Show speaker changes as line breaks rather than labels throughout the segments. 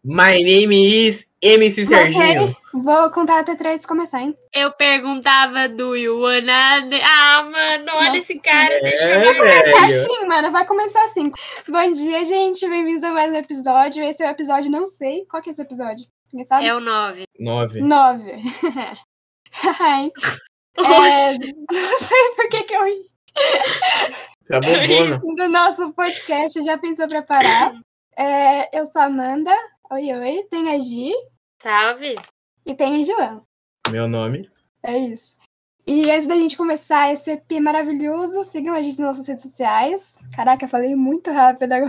My name is MC Serginho.
Ok, vou contar até 3 e começar, hein?
Eu perguntava do you wanna... mano, olha
Nossa
esse cara, deixa eu
Vai
ver.
começar assim, mano, vai começar assim. Bom dia, gente, bem-vindos a mais um episódio. Esse é o episódio, não sei. Qual que é esse episódio? Ninguém sabe?
É o 9.
9.
9. Ai,
Oxi.
não sei por que eu ri.
Tá bobona.
Do nosso podcast, já pensou pra parar? Eu sou a Amanda. Oi. Tem a Gi
Salve.
e tem a João.
Meu nome.
É isso. E antes da gente começar esse EP maravilhoso, sigam a gente nas nossas redes sociais. Caraca, eu falei muito rápido agora.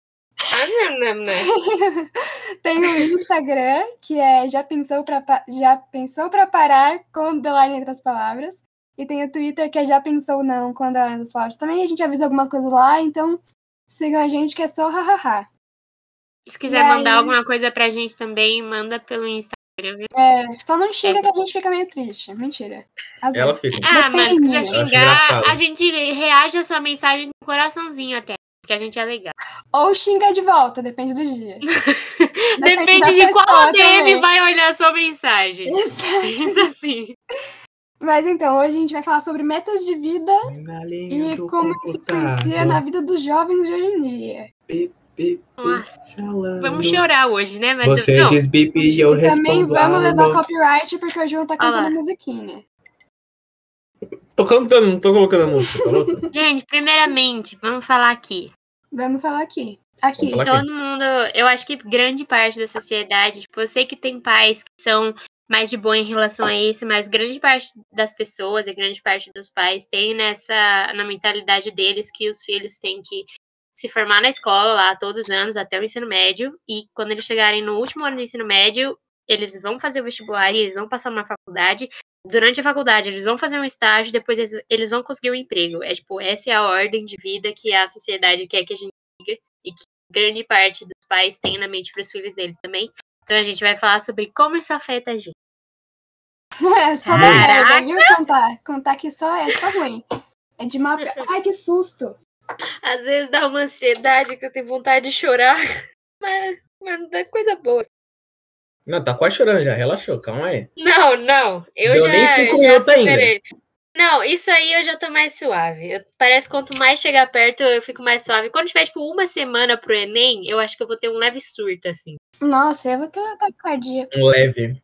Não.
Tem o Instagram, que é Já Pensou Pra Parar com underline entre as palavras. E tem o Twitter, que é Já Pensou Não com underline entre as palavras. Também a gente avisa algumas coisas lá, então sigam a gente, que é só hahaha.
Se quiser
E
mandar
aí?
alguma coisa pra gente também, manda pelo Instagram, viu?
Só não xinga que a gente fica meio triste. Mentira. Às
Ela
vezes.
fica.
Mas se quiser
Depende.
Eu acho
xingar,
engraçado.
a gente reage a sua mensagem com coraçãozinho até. Porque a gente é legal.
Ou xinga de volta, depende do dia.
Depende
da
de qual
pessoa
ADM
também.
vai olhar a sua mensagem.
Exato.
Isso assim.
Mas então, hoje a gente vai falar sobre metas de vida
Na linha
e
do
como isso influencia na vida dos jovens de hoje em dia.
Nossa,
Chalando.
vamos chorar hoje, né? Mas
Você
não.
diz bip e eu
E também
respondo
vamos levar
alô.
copyright, porque o João tá
Olha
cantando
lá.
musiquinha.
Tô cantando, não tô colocando a música, tá louco?
Gente, primeiramente, vamos falar aqui.
Vamos falar aqui.
Vamos falar aqui.
Todo mundo, eu acho que grande parte da sociedade, tipo, eu sei que tem pais que são mais de boa em relação a isso, mas grande parte das pessoas e grande parte dos pais tem na mentalidade deles que os filhos têm que se formar na escola lá todos os anos até o ensino médio, e quando eles chegarem no último ano do ensino médio, eles vão fazer o vestibular e eles vão passar numa faculdade. Durante a faculdade, eles vão fazer um estágio, depois eles vão conseguir um emprego. É tipo, essa é a ordem de vida que a sociedade quer que a gente siga e que grande parte dos pais tem na mente para os filhos dele também. Então a gente vai falar sobre como isso afeta a gente.
Só dá
Caraca!
merda, viu? Contar que só ruim. É de uma... Ai, que susto.
Às vezes dá uma ansiedade que eu tenho vontade de chorar, mas não dá coisa boa.
Não, tá quase chorando já, relaxou, calma aí.
Não. Eu
Deu
já,
nem 5
já
minutos ainda.
superei. Não, isso aí eu já tô mais suave. Parece que quanto mais chegar perto, eu fico mais suave. Quando tiver, tipo, uma semana pro Enem, eu acho que eu vou ter um leve surto, assim.
Nossa, eu vou ter um ataque cardíaco.
Um leve.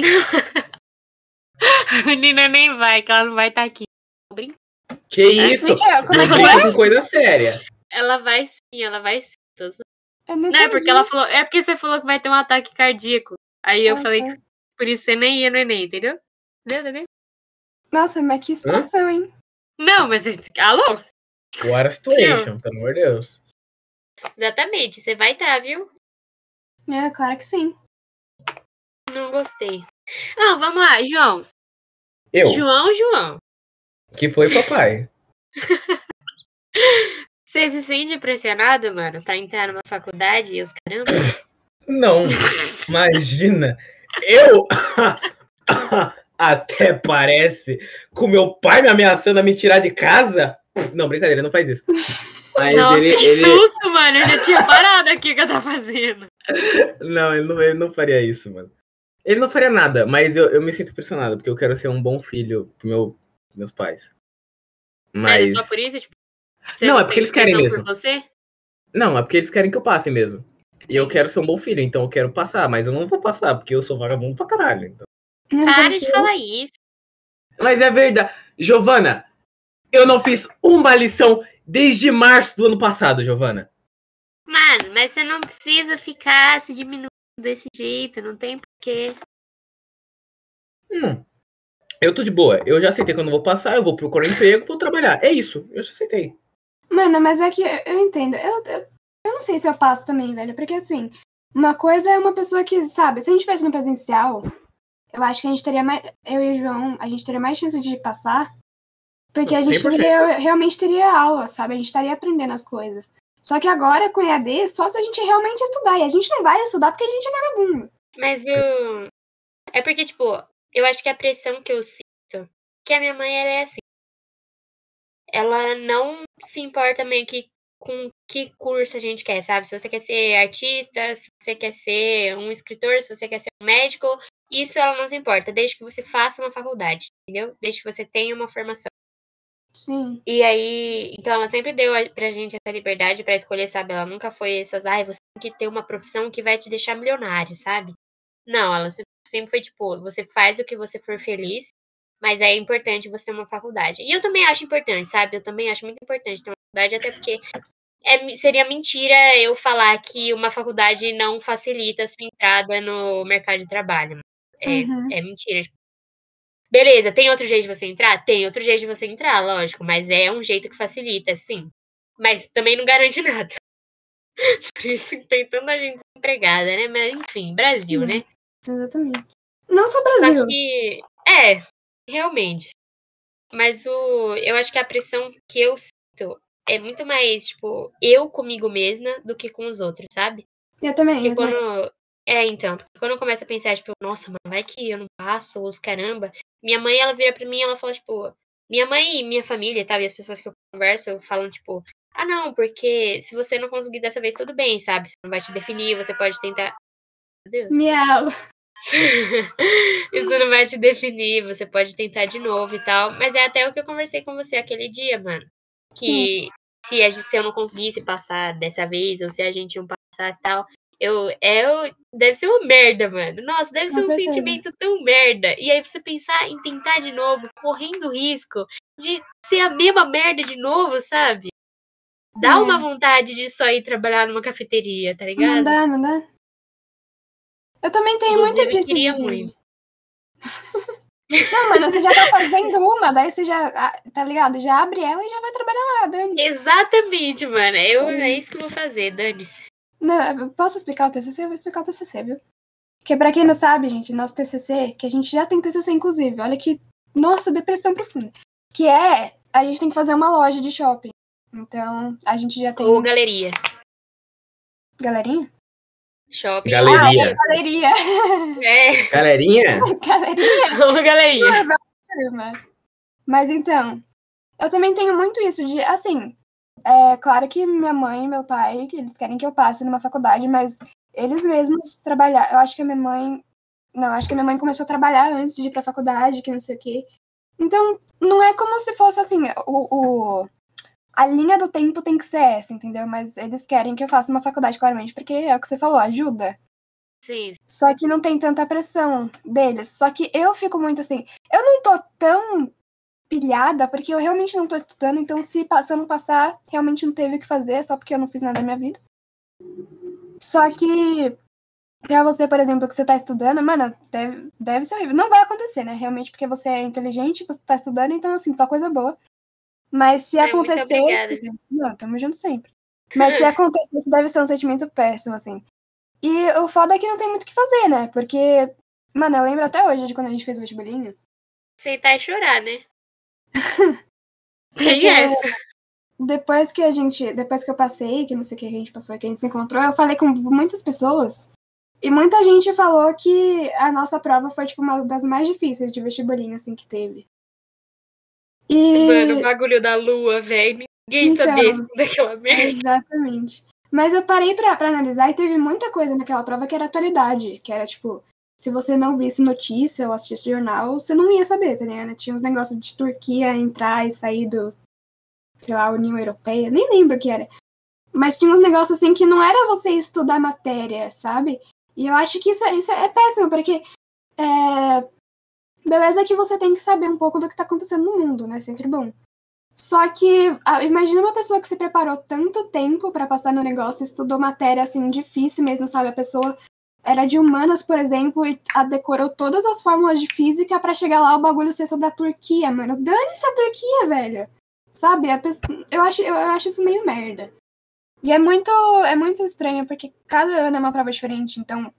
A menina nem vai, que ela não vai estar aqui. Tô brincando.
Que isso?
Mentira, como é que
Não
é?
brinca com coisa séria.
Ela vai sim, ela vai sim.
Eu não
Não, é porque
entendi.
ela falou. É porque você falou que vai ter um ataque cardíaco. Aí eu
Ah,
falei
tá.
que por isso você nem ia no Enem, entendeu? Entendeu?
Nossa, mas que situação, hein?
Não, mas. Alô?
What a situation, pelo amor de Deus.
Exatamente, você vai estar, viu?
É, claro que sim.
Não gostei. Não, vamos lá, João.
Eu,
João.
que foi papai.
Você se sente pressionado, mano, pra entrar numa faculdade e os caramba?
Não, imagina. Eu até parece com meu pai me ameaçando a me tirar de casa. Não, brincadeira, não faz isso. Mas
Nossa,
ele,
que
ele...
susto, mano. Eu já tinha parado aqui o que eu tava fazendo.
Não, ele não faria isso, mano. Ele não faria nada, mas eu me sinto pressionado, porque eu quero ser um bom filho pro meus pais.
Mas é só por isso, tipo, você
Não,
não
é porque
sente
eles querem
pressão
mesmo.
por você?
Não, é porque eles querem que eu passe mesmo. E eu quero ser um bom filho, então eu quero passar, mas eu não vou passar, porque eu sou vagabundo pra caralho. Então.
Para de falar isso.
Mas é verdade. Giovana, eu não fiz uma lição desde março do ano passado, Giovana.
Mano, mas você não precisa ficar se diminuindo desse jeito, não tem porquê.
Eu tô de boa. Eu já aceitei que eu não vou passar, eu vou procurar um emprego, vou trabalhar. É isso, eu já aceitei.
Mano, mas é que eu entendo. Eu não sei se eu passo também, velho. Porque assim, uma coisa é uma pessoa que, sabe, se a gente tivesse no presencial, eu acho que a gente teria mais. Eu e o João, a gente teria mais chance de passar. Porque a gente
100%.
realmente teria aula, sabe? A gente estaria aprendendo as coisas. Só que agora, com EAD, só se a gente realmente estudar. E a gente não vai estudar porque a gente é vagabundo.
Mas é porque, tipo, eu acho que a pressão que eu sinto, que a minha mãe, ela é assim. Ela não se importa meio que com que curso a gente quer, sabe? Se você quer ser artista, se você quer ser um escritor, se você quer ser um médico, isso ela não se importa, desde que você faça uma faculdade, entendeu? Desde que você tenha uma formação.
Sim.
E aí, então ela sempre deu pra gente essa liberdade pra escolher, sabe? Ela nunca foi essas, você tem que ter uma profissão que vai te deixar milionário, sabe? Não, ela sempre foi tipo, você faz o que você for feliz, mas é importante você ter uma faculdade. E eu também acho importante, sabe? Eu também acho muito importante ter uma faculdade, até porque seria mentira eu falar que uma faculdade não facilita a sua entrada no mercado de trabalho. É mentira. Beleza, tem outro jeito de você entrar? Tem outro jeito de você entrar, lógico, mas é um jeito que facilita, sim. Mas também não garante nada. Por isso que tem tanta gente desempregada, né? Mas enfim, Brasil,
Sim,
né?
exatamente. Não só
Só
Brasil.
que, realmente. Mas eu acho que a pressão que eu sinto é muito mais, tipo, eu comigo mesma do que com os outros, sabe?
Eu também,
Porque
eu também.
quando eu começo a pensar, tipo, nossa, mano, vai que eu não passo, ou os caramba. Minha mãe, ela vira pra mim e ela fala, tipo, minha mãe e minha família, tá? E as pessoas que eu converso falam, tipo, ah, não, porque se você não conseguir dessa vez, tudo bem, sabe? Você não vai te definir, você pode tentar. Meu Deus.
Miau.
Isso não vai te definir, você pode tentar de novo e tal. Mas é até o que eu conversei com você aquele dia, mano.
Sim,
Que se eu não conseguisse passar dessa vez, ou se a gente não passasse e tal, deve ser uma merda, mano. Nossa, deve
com
ser um
certeza.
sentimento tão merda. E aí você pensar em tentar de novo, correndo o risco de ser a mesma merda de novo, sabe? Dá uma
É,
vontade de só ir trabalhar numa cafeteria, tá
não
ligado?
dá, não dá. Eu também tenho muito
Inclusive, eu
disso
queria
de.
muito.
Não, mano, você já tá fazendo uma, daí você já, tá ligado? Já abre ela e já vai trabalhar lá, dane-se.
Exatamente, mano. É
É
isso que eu vou fazer, dane-se.
Não, eu posso explicar o TCC? Eu vou explicar o TCC, viu? Porque pra quem não sabe, gente, nosso TCC, que a gente já tem TCC, inclusive, olha que, nossa, depressão profunda. Que é, a gente tem que fazer uma loja de shopping. Então, a gente já tem...
Ou galeria.
Galerinha?
Shopping ou
Galeria.
Galeria.
É,
Galerinha?
Galerinha?
ou galeria.
Caramba. Mas então, eu também tenho muito isso de, assim, é claro que minha mãe e meu pai, que eles querem que eu passe numa faculdade, mas eles mesmos trabalhar. Eu acho que a minha mãe. Não, acho que a minha mãe começou a trabalhar antes de ir pra faculdade, que não sei o quê. Então, não é como se fosse assim, a linha do tempo tem que ser essa, entendeu? Mas eles querem que eu faça uma faculdade, claramente, porque é o que você falou, ajuda.
Sim.
Só que não tem tanta pressão deles. Só que eu fico muito assim, eu não tô tão pilhada, porque eu realmente não tô estudando, então se eu não passar, realmente não teve o que fazer, só porque eu não fiz nada na minha vida. Só que, pra você, por exemplo, que você tá estudando, mano, deve ser horrível. Não vai acontecer, né? Realmente, porque você é inteligente, você tá estudando, então, assim, só coisa boa. Mas se
Muito
acontecesse...
obrigada.
Não, tamo junto sempre. Mas se acontecesse, deve ser um sentimento péssimo, assim. E o foda é que não tem muito o que fazer, né? Porque, mano, eu lembro até hoje de quando a gente fez o vestibulinho.
Aceitar e chorar, né? Tem
Porque
essa.
depois que eu passei, que não sei o que a gente passou, que a gente se encontrou, eu falei com muitas pessoas. E muita gente falou que a nossa prova foi, tipo, uma das mais difíceis de vestibulinho, assim, que teve.
Mano, o
E,
bagulho da lua, velho. Ninguém sabia
então,
isso daquela merda.
exatamente. Mas eu parei pra analisar e teve muita coisa naquela prova que era atualidade, que era, tipo, se você não visse notícia ou assistisse jornal, você não ia saber, tá ligado? Tinha uns negócios de Turquia entrar e sair do, sei lá, União Europeia, nem lembro o que era. Mas tinha uns negócios assim que não era você estudar matéria, sabe? E eu acho que isso é péssimo, porque beleza que você tem que saber um pouco do que tá acontecendo no mundo, né? Sempre bom. Só que, imagina uma pessoa que se preparou tanto tempo pra passar no negócio, estudou matéria, assim, difícil mesmo, sabe? A pessoa era de humanas, por exemplo, e decorou todas as fórmulas de física pra chegar lá o bagulho ser sobre a Turquia, mano. Dane-se a Turquia, velho! Sabe? Eu acho isso meio merda. E é muito estranho, porque cada ano é uma prova diferente, então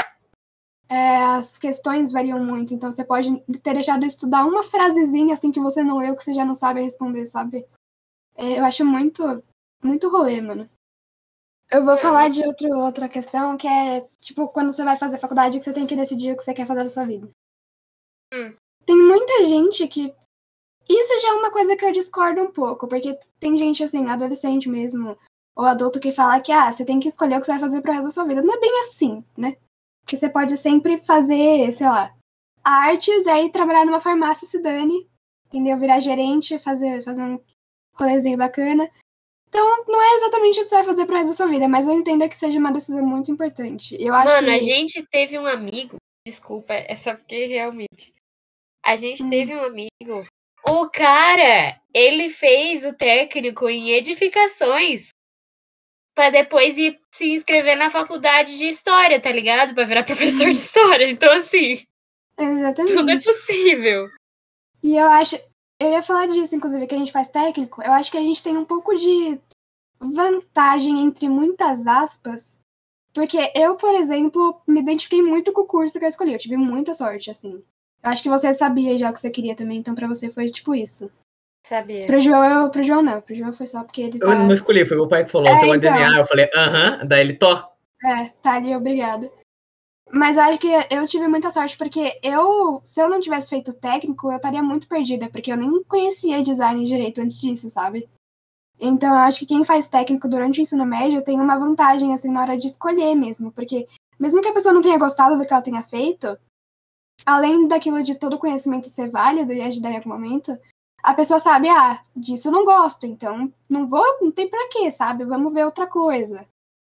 as questões variam muito. Então você pode ter deixado de estudar uma frasezinha assim que você não leu, que você já não sabe responder, sabe? Eu acho muito rolê, mano. Eu vou falar de outra questão, que é, tipo, quando você vai fazer faculdade, que você tem que decidir o que você quer fazer da sua vida. Tem muita gente que... Isso já é uma coisa que eu discordo um pouco, porque tem gente, assim, adolescente mesmo, o adulto que fala que, você tem que escolher o que você vai fazer pro resto da sua vida. Não é bem assim, né? Porque você pode sempre fazer, sei lá, artes, aí trabalhar numa farmácia, se dane, entendeu? Virar gerente, fazer um rolezinho bacana. Então, não é exatamente o que você vai fazer pro resto da sua vida, mas eu entendo que seja uma decisão muito importante. Eu acho
Mano,
que...
a gente teve um amigo, desculpa, é só porque realmente. A gente teve um amigo, o cara, ele fez o técnico em edificações pra depois ir se inscrever na faculdade de história, tá ligado? Pra virar professor de história. Então, assim,
Exatamente.
tudo é possível.
E eu acho... Eu ia falar disso, inclusive, que a gente faz técnico. Eu acho que a gente tem um pouco de vantagem, entre muitas aspas, porque eu, por exemplo, me identifiquei muito com o curso que eu escolhi. Eu tive muita sorte, assim. Eu acho que você sabia já o que você queria também, então pra você foi tipo isso.
Sabia.
Pro João não. Pro João foi só porque ele
Eu não escolhi, foi meu pai que falou, você vai
então.
desenhar? Eu falei, daí ele,
Tá ali, obrigado. Mas eu acho que eu tive muita sorte, porque se eu não tivesse feito técnico, eu estaria muito perdida, porque eu nem conhecia design direito antes disso, sabe? Então, eu acho que quem faz técnico durante o ensino médio tem uma vantagem, assim, na hora de escolher mesmo, porque mesmo que a pessoa não tenha gostado do que ela tenha feito, além daquilo de todo o conhecimento ser válido e ajudar em algum momento, a pessoa sabe, disso eu não gosto, então não tem pra quê, sabe? Vamos ver outra coisa.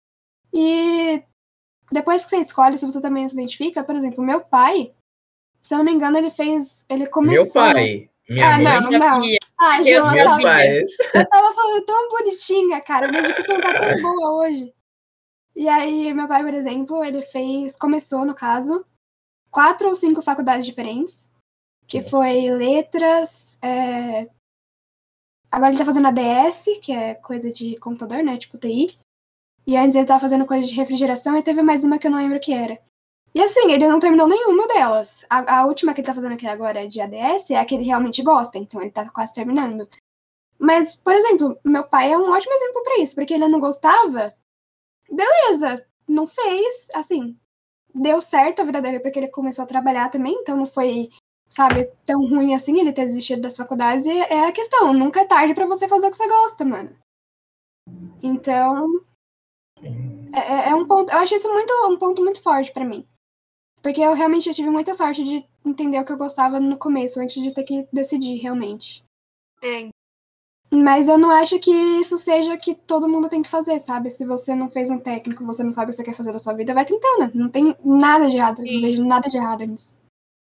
E depois que você escolhe, se você também se identifica, por exemplo, meu pai, se eu não me engano, ele começou...
meu pai, minha mãe,
não. João,
meus pais.
eu tava falando tão bonitinha, cara, minha dicção tá tão boa hoje. E aí, meu pai, por exemplo, ele começou, no caso, 4 ou 5 faculdades diferentes, que foi letras, agora ele tá fazendo ADS, que é coisa de computador, né, tipo TI, e antes ele tava fazendo coisa de refrigeração, e teve mais uma que eu não lembro o que era. E assim, ele não terminou nenhuma delas. A última que ele tá fazendo aqui agora de ADS é a que ele realmente gosta, então ele tá quase terminando. Mas, por exemplo, meu pai é um ótimo exemplo pra isso, porque ele não gostava, beleza, não fez, assim, deu certo a vida dele porque ele começou a trabalhar também, então não foi, sabe, tão ruim assim ele ter desistido das faculdades, e é a questão, nunca é tarde pra você fazer o que você gosta, mano. Então, é um ponto, eu acho isso um ponto muito forte pra mim. Porque eu realmente tive muita sorte de entender o que eu gostava no começo, antes de ter que decidir, realmente. Mas eu não acho que isso seja que todo mundo tem que fazer, sabe? Se você não fez um técnico, você não sabe o que você quer fazer da sua vida, vai tentando. Não tem nada de errado. Não vejo nada de errado nisso.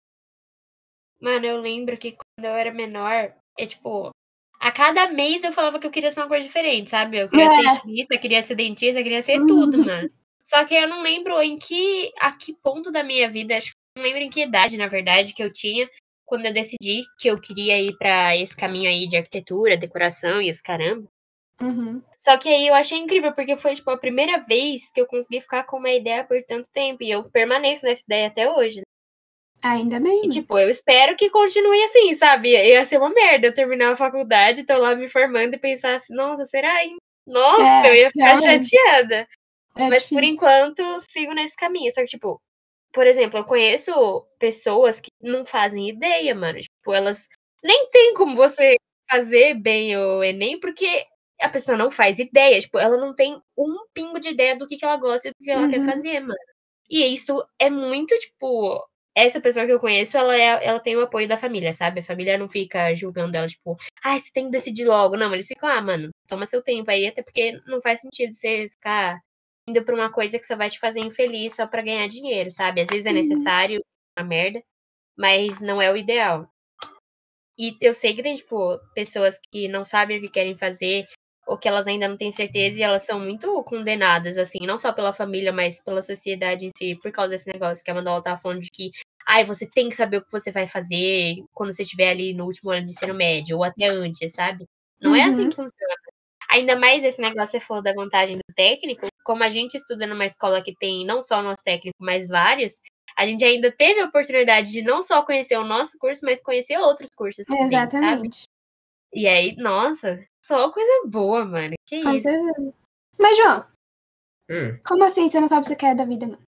Mano, eu lembro que quando eu era menor, a cada mês eu falava que eu queria ser uma coisa diferente, sabe? Eu queria ser estilista, queria ser dentista, queria ser tudo, mano. Só que eu não lembro a que ponto da minha vida, acho que não lembro em que idade, na verdade, que eu tinha, quando eu decidi que eu queria ir pra esse caminho aí de arquitetura, decoração e os caramba. Só que aí eu achei incrível, porque foi, a primeira vez que eu consegui ficar com uma ideia por tanto tempo, e eu permaneço nessa ideia até hoje, né?
Ainda bem.
E, eu espero que continue assim, sabe? Ia ser uma merda eu terminar a faculdade, tô lá me formando e pensar assim, nossa, será, hein? Nossa, eu ia ficar chateada. Mas,
difícil.
por enquanto, sigo nesse caminho. Só que, por exemplo, eu conheço pessoas que não fazem ideia, mano. Elas nem tem como você fazer bem o Enem, porque a pessoa não faz ideia. Ela não tem um pingo de ideia do que ela gosta e do que ela quer fazer, mano. E isso é muito, essa pessoa que eu conheço, ela tem o apoio da família, sabe? A família não fica julgando ela, você tem que decidir logo. Não, eles ficam, mano, toma seu tempo aí, até porque não faz sentido você ficar indo pra uma coisa que só vai te fazer infeliz só pra ganhar dinheiro, sabe? Às vezes é necessário, uma merda, mas não é o ideal. E eu sei que tem, pessoas que não sabem o que querem fazer, ou que elas ainda não têm certeza, e elas são muito condenadas, assim, não só pela família, mas pela sociedade em si, por causa desse negócio que a Mandala tava falando de que, você tem que saber o que você vai fazer quando você estiver ali no último ano de ensino médio, ou até antes, sabe? Não é assim que funciona. Ainda mais esse negócio que você falou da vantagem do técnico, como a gente estuda numa escola que tem não só o nosso técnico, mas vários, a gente ainda teve a oportunidade de não só conhecer o nosso curso, mas conhecer outros cursos também, sabe? E aí, nossa, só coisa boa, mano. Que
Com
isso.
certeza. Mas, João, como assim você não sabe o que você quer da vida, mano?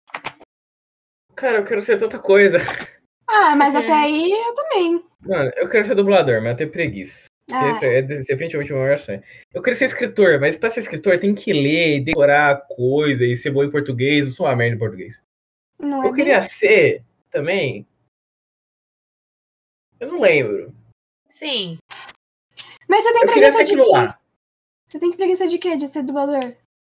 Cara, eu quero ser tanta coisa.
Mas até aí eu também.
Mano, eu quero ser dublador, mas eu tenho preguiça. Esse é definitivamente o meu maior sonho. Eu queria ser escritor, mas pra ser escritor tem que ler, decorar coisa e ser bom em português. Eu sou uma merda em português.
Não é
Eu queria
bem?
ser também. Eu não lembro.
Sim.
Mas você tem
Eu queria ser
preguiça de
aquilo
quê?
lá.
Você tem preguiça de quê? De ser dublador?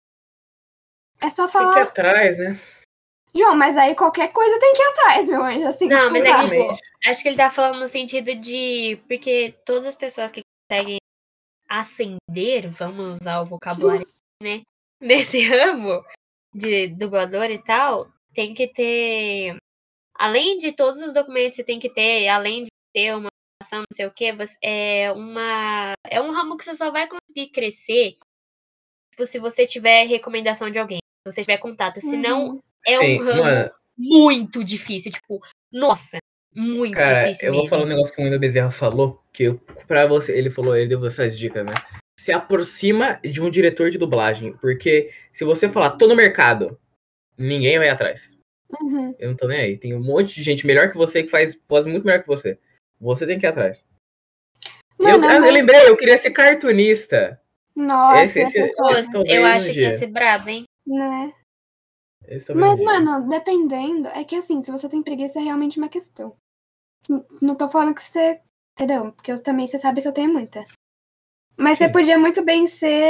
É só
Tem que ir
falar.
atrás, né?
João, mas aí qualquer coisa tem que ir atrás, meu anjo. Assim,
Não,
tipo,
mas é que,
sabe?
tipo, acho que ele tá falando no sentido de. Porque todas as pessoas que conseguem ascender, vamos usar o vocabulário, né? Nesse ramo de dublador e tal, tem que ter. Além de todos os documentos que você tem que ter, além de ter uma ação, não sei o quê, é um ramo que você só vai conseguir crescer, tipo, se você tiver recomendação de alguém, se você tiver contato. Senão,
Uhum.
é um
Sim,
ramo
mano,
muito difícil. Tipo, nossa, muito
cara,
difícil
eu vou falar
mesmo.
um negócio que o Wendel Bezerra falou, pra você, ele deu essas dicas, né? Se aproxima de um diretor de dublagem, porque se você falar, tô no mercado, ninguém vai atrás.
Uhum.
Eu não tô nem aí. Tem um monte de gente melhor que você que faz voz muito melhor que você. Você tem que ir atrás.
Mano,
Eu
mas.
lembrei, eu queria ser cartunista.
Nossa,
Esse,
ia
esse,
ser
Pô,
esse
foda,
eu
talvez um
acho que ia
dia.
ser brabo, hein?
né?
Esse talvez um
Mas,
dia.
mano, dependendo. É que assim, se você tem preguiça, é realmente uma questão. Não tô falando que você. Entendeu? Porque eu também, você sabe que eu tenho muita. Mas você
Sim.
podia muito bem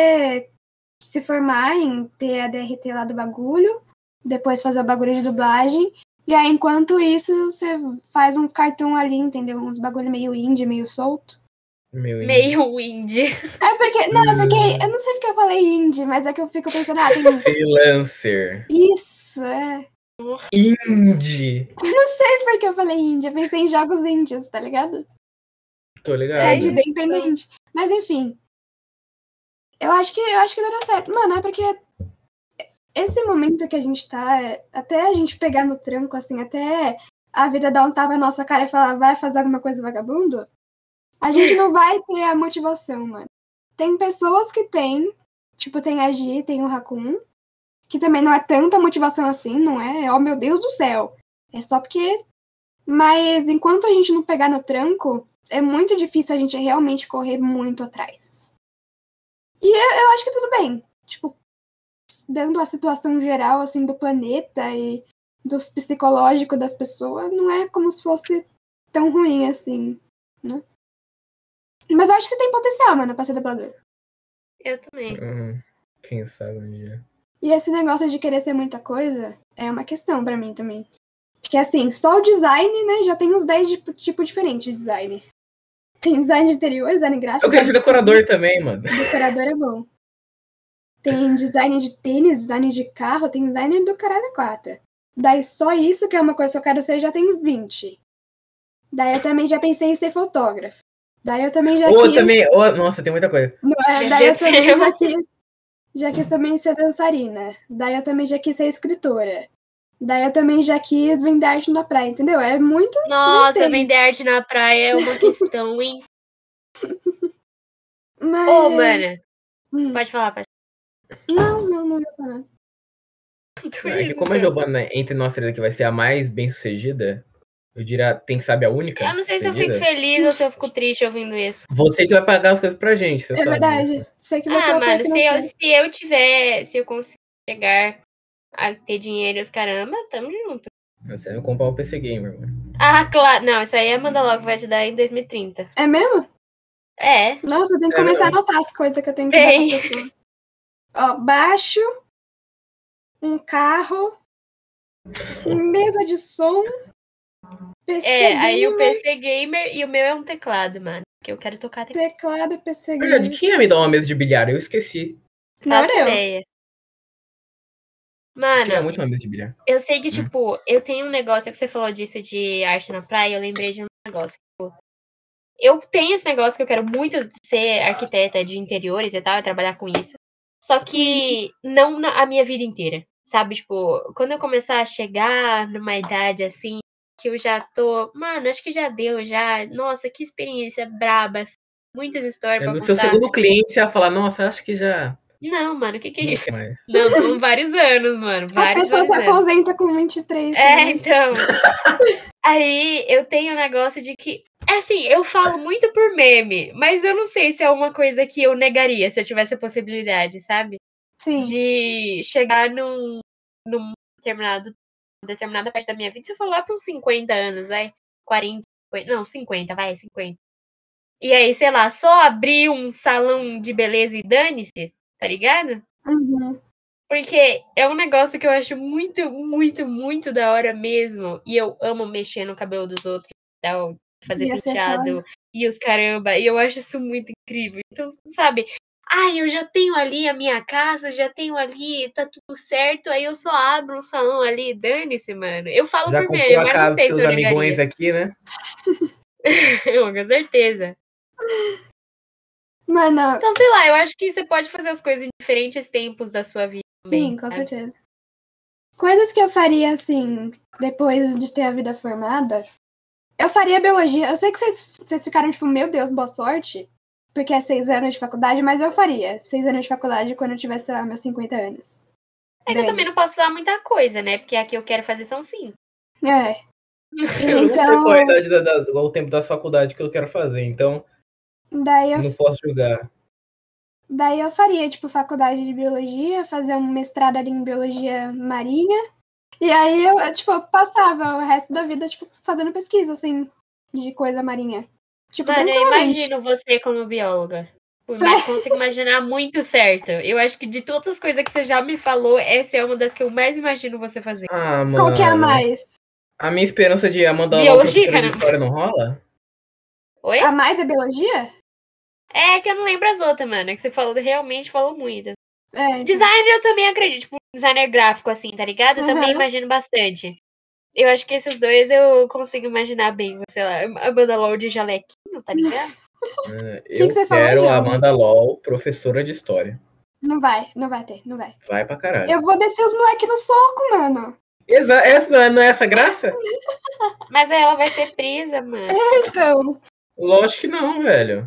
se formar em ter a DRT lá do bagulho, depois fazer o bagulho de dublagem, e aí enquanto isso você faz uns cartoon ali, entendeu? Uns bagulho meio indie, meio solto.
Meu índio.
Meio indie.
É porque, não, é porque, eu não sei porque eu falei indie, mas é que eu fico pensando, tem
Freelancer.
isso, é.
Indie.
Não sei porque eu falei indie, eu pensei em jogos indies, tá ligado?
Tô
É
Que é
ligado.
de
isso.
independente. Mas enfim, eu acho que daria certo. Mano, é porque esse momento que a gente tá, até a gente pegar no tranco, assim, até a vida dar um tapa na nossa cara e falar, vai fazer alguma coisa vagabundo, a gente não vai ter a motivação, mano. Tem pessoas que tem, tipo, tem a Gi, tem o Raccoon, que também não é tanta motivação assim, não é, oh meu Deus do céu. É só porque. Mas enquanto a gente não pegar no tranco, é muito difícil a gente realmente correr muito atrás. E eu acho que tudo bem. Tipo, dando a situação geral, assim, do planeta e do psicológico das pessoas, não é como se fosse tão ruim assim, né? Mas eu acho que você tem potencial, mano, pra ser dublador.
Eu também.
Quem sabe um dia.
E esse negócio de querer ser muita coisa é uma questão pra mim também. Porque, assim, só o design, né, já tem uns 10 tipos diferentes de design. Tem design de interior, design gráfico,
Eu quero ser
design de
decorador também, mano.
decorador é bom. Tem design de tênis, design de carro, tem design do caralho 4. Daí só isso, que é uma coisa que eu quero ser, já tem 20. Daí eu também já pensei em ser fotógrafo. Daí eu também já
Ou
quis.
também. Nossa, tem muita coisa.
Daí eu
Deus
também
Deus.
já quis também ser dançarina. Daí eu também já quis ser escritora. Daí eu também já quis vender arte na praia, entendeu? É muito
Nossa, vender arte na praia é uma questão, hein?
Mas.
Ô, mana,
Hum.
pode falar, pode
Não ia falar.
falar. Tudo
É que
isso,
como a
então.
Giovanna, entre nós três aqui, vai ser a mais bem sucedida, eu diria, tem que saber a única
Eu não sei se eu fico
sucedida.
feliz ou se eu fico triste ouvindo isso.
Você que vai pagar as coisas pra gente, você
É
sabe
verdade.
disso.
Sei que você
Ah,
é o pai
mano,
financeiro.
se eu conseguir chegar a ter dinheiro e os caramba, tamo junto.
Você vai comprar o PC Gamer, mano.
Ah, claro. Não, isso aí a Amanda logo vai te dar em 2030.
É mesmo?
É.
Nossa, eu tenho que
É
começar a
mesmo?
anotar as coisas que eu tenho que dar pras
Tem.
pessoas. Ó, baixo, um carro, mesa de som, PC
Aí o
gamer,
PC Gamer e o meu é um teclado, mano. Que eu quero tocar teclado.
teclado, PC
Verdade,
gamer.
quem ia me dar uma mesa de bilhar? Eu esqueci.
Não
Faço
era eu.
ideia.
Eu
Mano,
queria muito uma mesa de bilhar.
eu sei que, tipo, eu tenho um negócio que você falou disso de arte na praia, eu lembrei de um negócio. Tipo, eu tenho esse negócio que eu quero muito ser arquiteta de interiores e tal, e trabalhar com isso. Só que não a minha vida inteira, sabe? Tipo, quando eu começar a chegar numa idade assim, que eu já tô. Mano, acho que já deu, já. Nossa, que experiência braba. Muitas histórias pra
No seu
contar.
segundo cliente, você ia falar, nossa, acho que já
Não, mano, o que é
não
isso?
quer mais.
Não, são vários anos, mano.
A pessoa se
Vários anos.
aposenta com 23
É,
também.
então. Aí eu tenho um negócio de que assim, eu falo muito por meme, mas eu não sei se é uma coisa que eu negaria se eu tivesse a possibilidade, sabe?
Sim.
De chegar num determinada parte da minha vida, se eu for lá para uns 50 anos, vai, 40, 50, não, 50, vai, 50. E aí, sei lá, só abrir um salão de beleza e dane-se, tá ligado?
Uhum.
Porque é um negócio que eu acho muito, muito, muito da hora mesmo. E eu amo mexer no cabelo dos outros e tal, fazer
Ia ser
penteado
foda.
e os caramba. E eu acho isso muito incrível. Então, sabe? Eu já tenho ali a minha casa, já tenho ali, tá tudo certo. Aí eu só abro um salão ali, dane-se, mano. Eu falo
Já
por
comprou
mim,
a
mas não
casa dos
sei se
seus
eu
amigões
negaria.
aqui, né?
Com certeza.
Mano,
Então, sei lá, eu acho que você pode fazer as coisas em diferentes tempos da sua vida também,
sim, com
sabe?
certeza. Coisas que eu faria, assim, depois de ter a vida formada. Eu faria biologia. Eu sei que vocês ficaram tipo, meu Deus, boa sorte. Porque é 6 anos de faculdade, mas eu faria 6 anos de faculdade quando eu tivesse, sei lá, meus 50 anos.
É que eu também não
Dane-se.
posso falar muita coisa, né? Porque a que eu quero fazer são 5.
É.
Eu não sei qual é a
Então,
idade qual o tempo da faculdade que eu quero fazer, então
daí eu,
não posso julgar.
daí eu faria, tipo, faculdade de biologia, fazer um mestrado ali em biologia marinha. E aí eu, tipo, passava o resto da vida, tipo, fazendo pesquisa, assim, de coisa marinha. Tipo,
Mano, eu
tranquilamente.
imagino você como bióloga.
Sério?
Consigo imaginar muito certo. Eu acho que de todas as coisas que você já me falou, essa é uma das que eu mais imagino você fazer.
Ah,
Qual que é a
mano.
mais?
A minha esperança de Amanda Law,
Biologia,
professora de
caramba.
história, não rola?
Oi?
A mais é biologia?
É que eu não lembro as outras, mano. É que você falou, realmente falou muitas.
É, então.
Designer eu também acredito. Tipo, designer gráfico, assim, tá ligado? Eu também
Aham.
imagino bastante. Eu acho que esses dois eu consigo imaginar bem. Sei lá, Amanda Law de jalequinho, tá ligado?
Que
Eu
você falou,
quero a
João?
Amanda Law, professora de história.
Não vai ter, não vai.
Vai pra caralho.
Eu vou descer os moleques no soco, mano.
Essa não é essa graça?
Mas aí ela vai ser presa, mano.
Então,
Lógico que não, velho.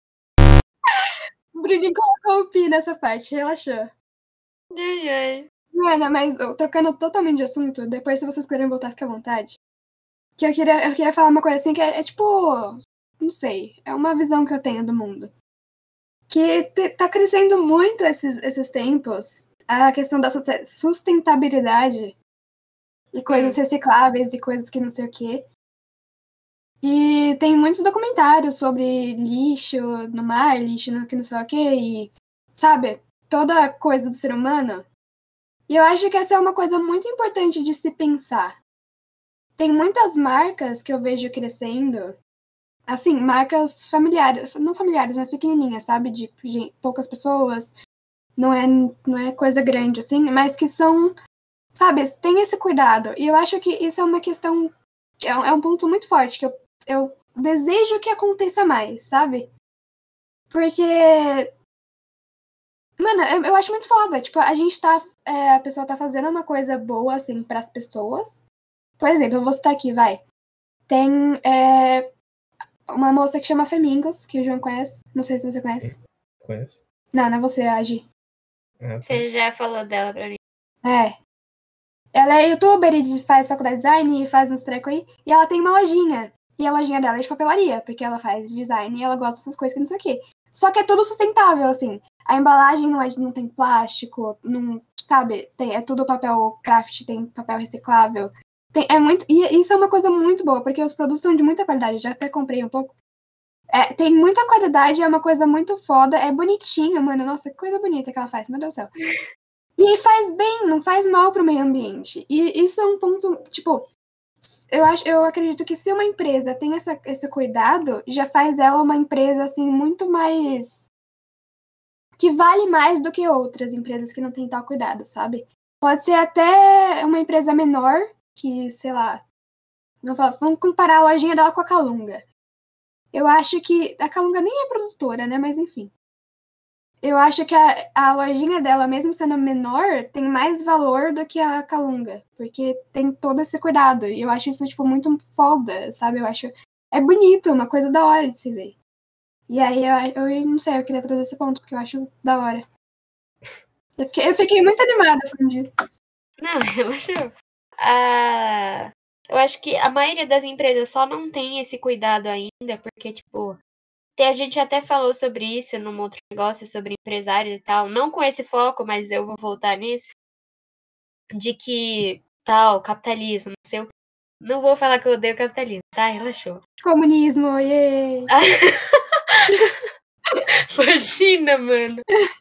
o Bruninho colocou o pi nessa parte, relaxou.
Ai, ai.
Mano, mas trocando totalmente de assunto, depois se vocês querem voltar, fica à vontade. Que eu queria falar uma coisa assim que é tipo, não sei, é uma visão que eu tenho do mundo. Que tá crescendo muito esses tempos, a questão da sustentabilidade e coisas recicláveis e coisas que não sei o quê. E tem muitos documentários sobre lixo no mar, lixo no que não sei o quê, e, sabe, toda coisa do ser humano. E eu acho que essa é uma coisa muito importante de se pensar. Tem muitas marcas que eu vejo crescendo, assim, marcas familiares, não familiares, mas pequenininhas, sabe, de poucas pessoas, não é coisa grande, assim, mas que são, sabe, tem esse cuidado. E eu acho que isso é uma questão, é um ponto muito forte, que eu desejo que aconteça mais, sabe? Porque, mano, eu acho muito foda. Tipo, a pessoa tá fazendo uma coisa boa, assim, pras pessoas. Por exemplo, eu vou citar aqui, vai. Tem uma moça que chama Femingos, que o João conhece. Não sei se você conhece.
Conheço.
Não é você, Agi.
Ah, tá.
Você já falou dela pra mim.
É. Ela é youtuber e faz faculdade de design e faz uns trecos aí. E ela tem uma lojinha. E a lojinha dela é de papelaria, porque ela faz design e ela gosta dessas coisas que não sei o quê. Só que é tudo sustentável, assim. A embalagem não tem plástico, não, sabe? É tudo papel craft, tem papel reciclável. E isso é uma coisa muito boa, porque os produtos são de muita qualidade. Eu já até comprei um pouco. Tem muita qualidade, é uma coisa muito foda, é bonitinho, mano. Nossa, que coisa bonita que ela faz, meu Deus do céu. E faz bem, não faz mal pro meio ambiente. E isso é um ponto, tipo, eu acredito que se uma empresa tem esse cuidado, já faz ela uma empresa, assim, muito mais... que vale mais do que outras empresas que não têm tal cuidado, sabe? Pode ser até uma empresa menor, que, sei lá... Vamos comparar a lojinha dela com a Calunga. Eu acho que... A Calunga nem é produtora, né? Mas, enfim. Eu acho que a lojinha dela, mesmo sendo menor, tem mais valor do que a Calunga. Porque tem todo esse cuidado. E eu acho isso, tipo, muito foda, sabe? Eu acho... É bonito, uma coisa da hora de se ver. E aí, eu não sei, eu queria trazer esse ponto, porque eu acho da hora. Eu fiquei muito animada falando disso.
Não, relaxou. Ah, Eu acho que a maioria das empresas só não tem esse cuidado ainda, porque, tipo, a gente até falou sobre isso num outro negócio, sobre empresários e tal, não com esse foco, mas eu vou voltar nisso, de que, tal, capitalismo, não sei o... Não vou falar que eu odeio capitalismo, tá? Relaxou.
Comunismo, yay!
Imagina, mano.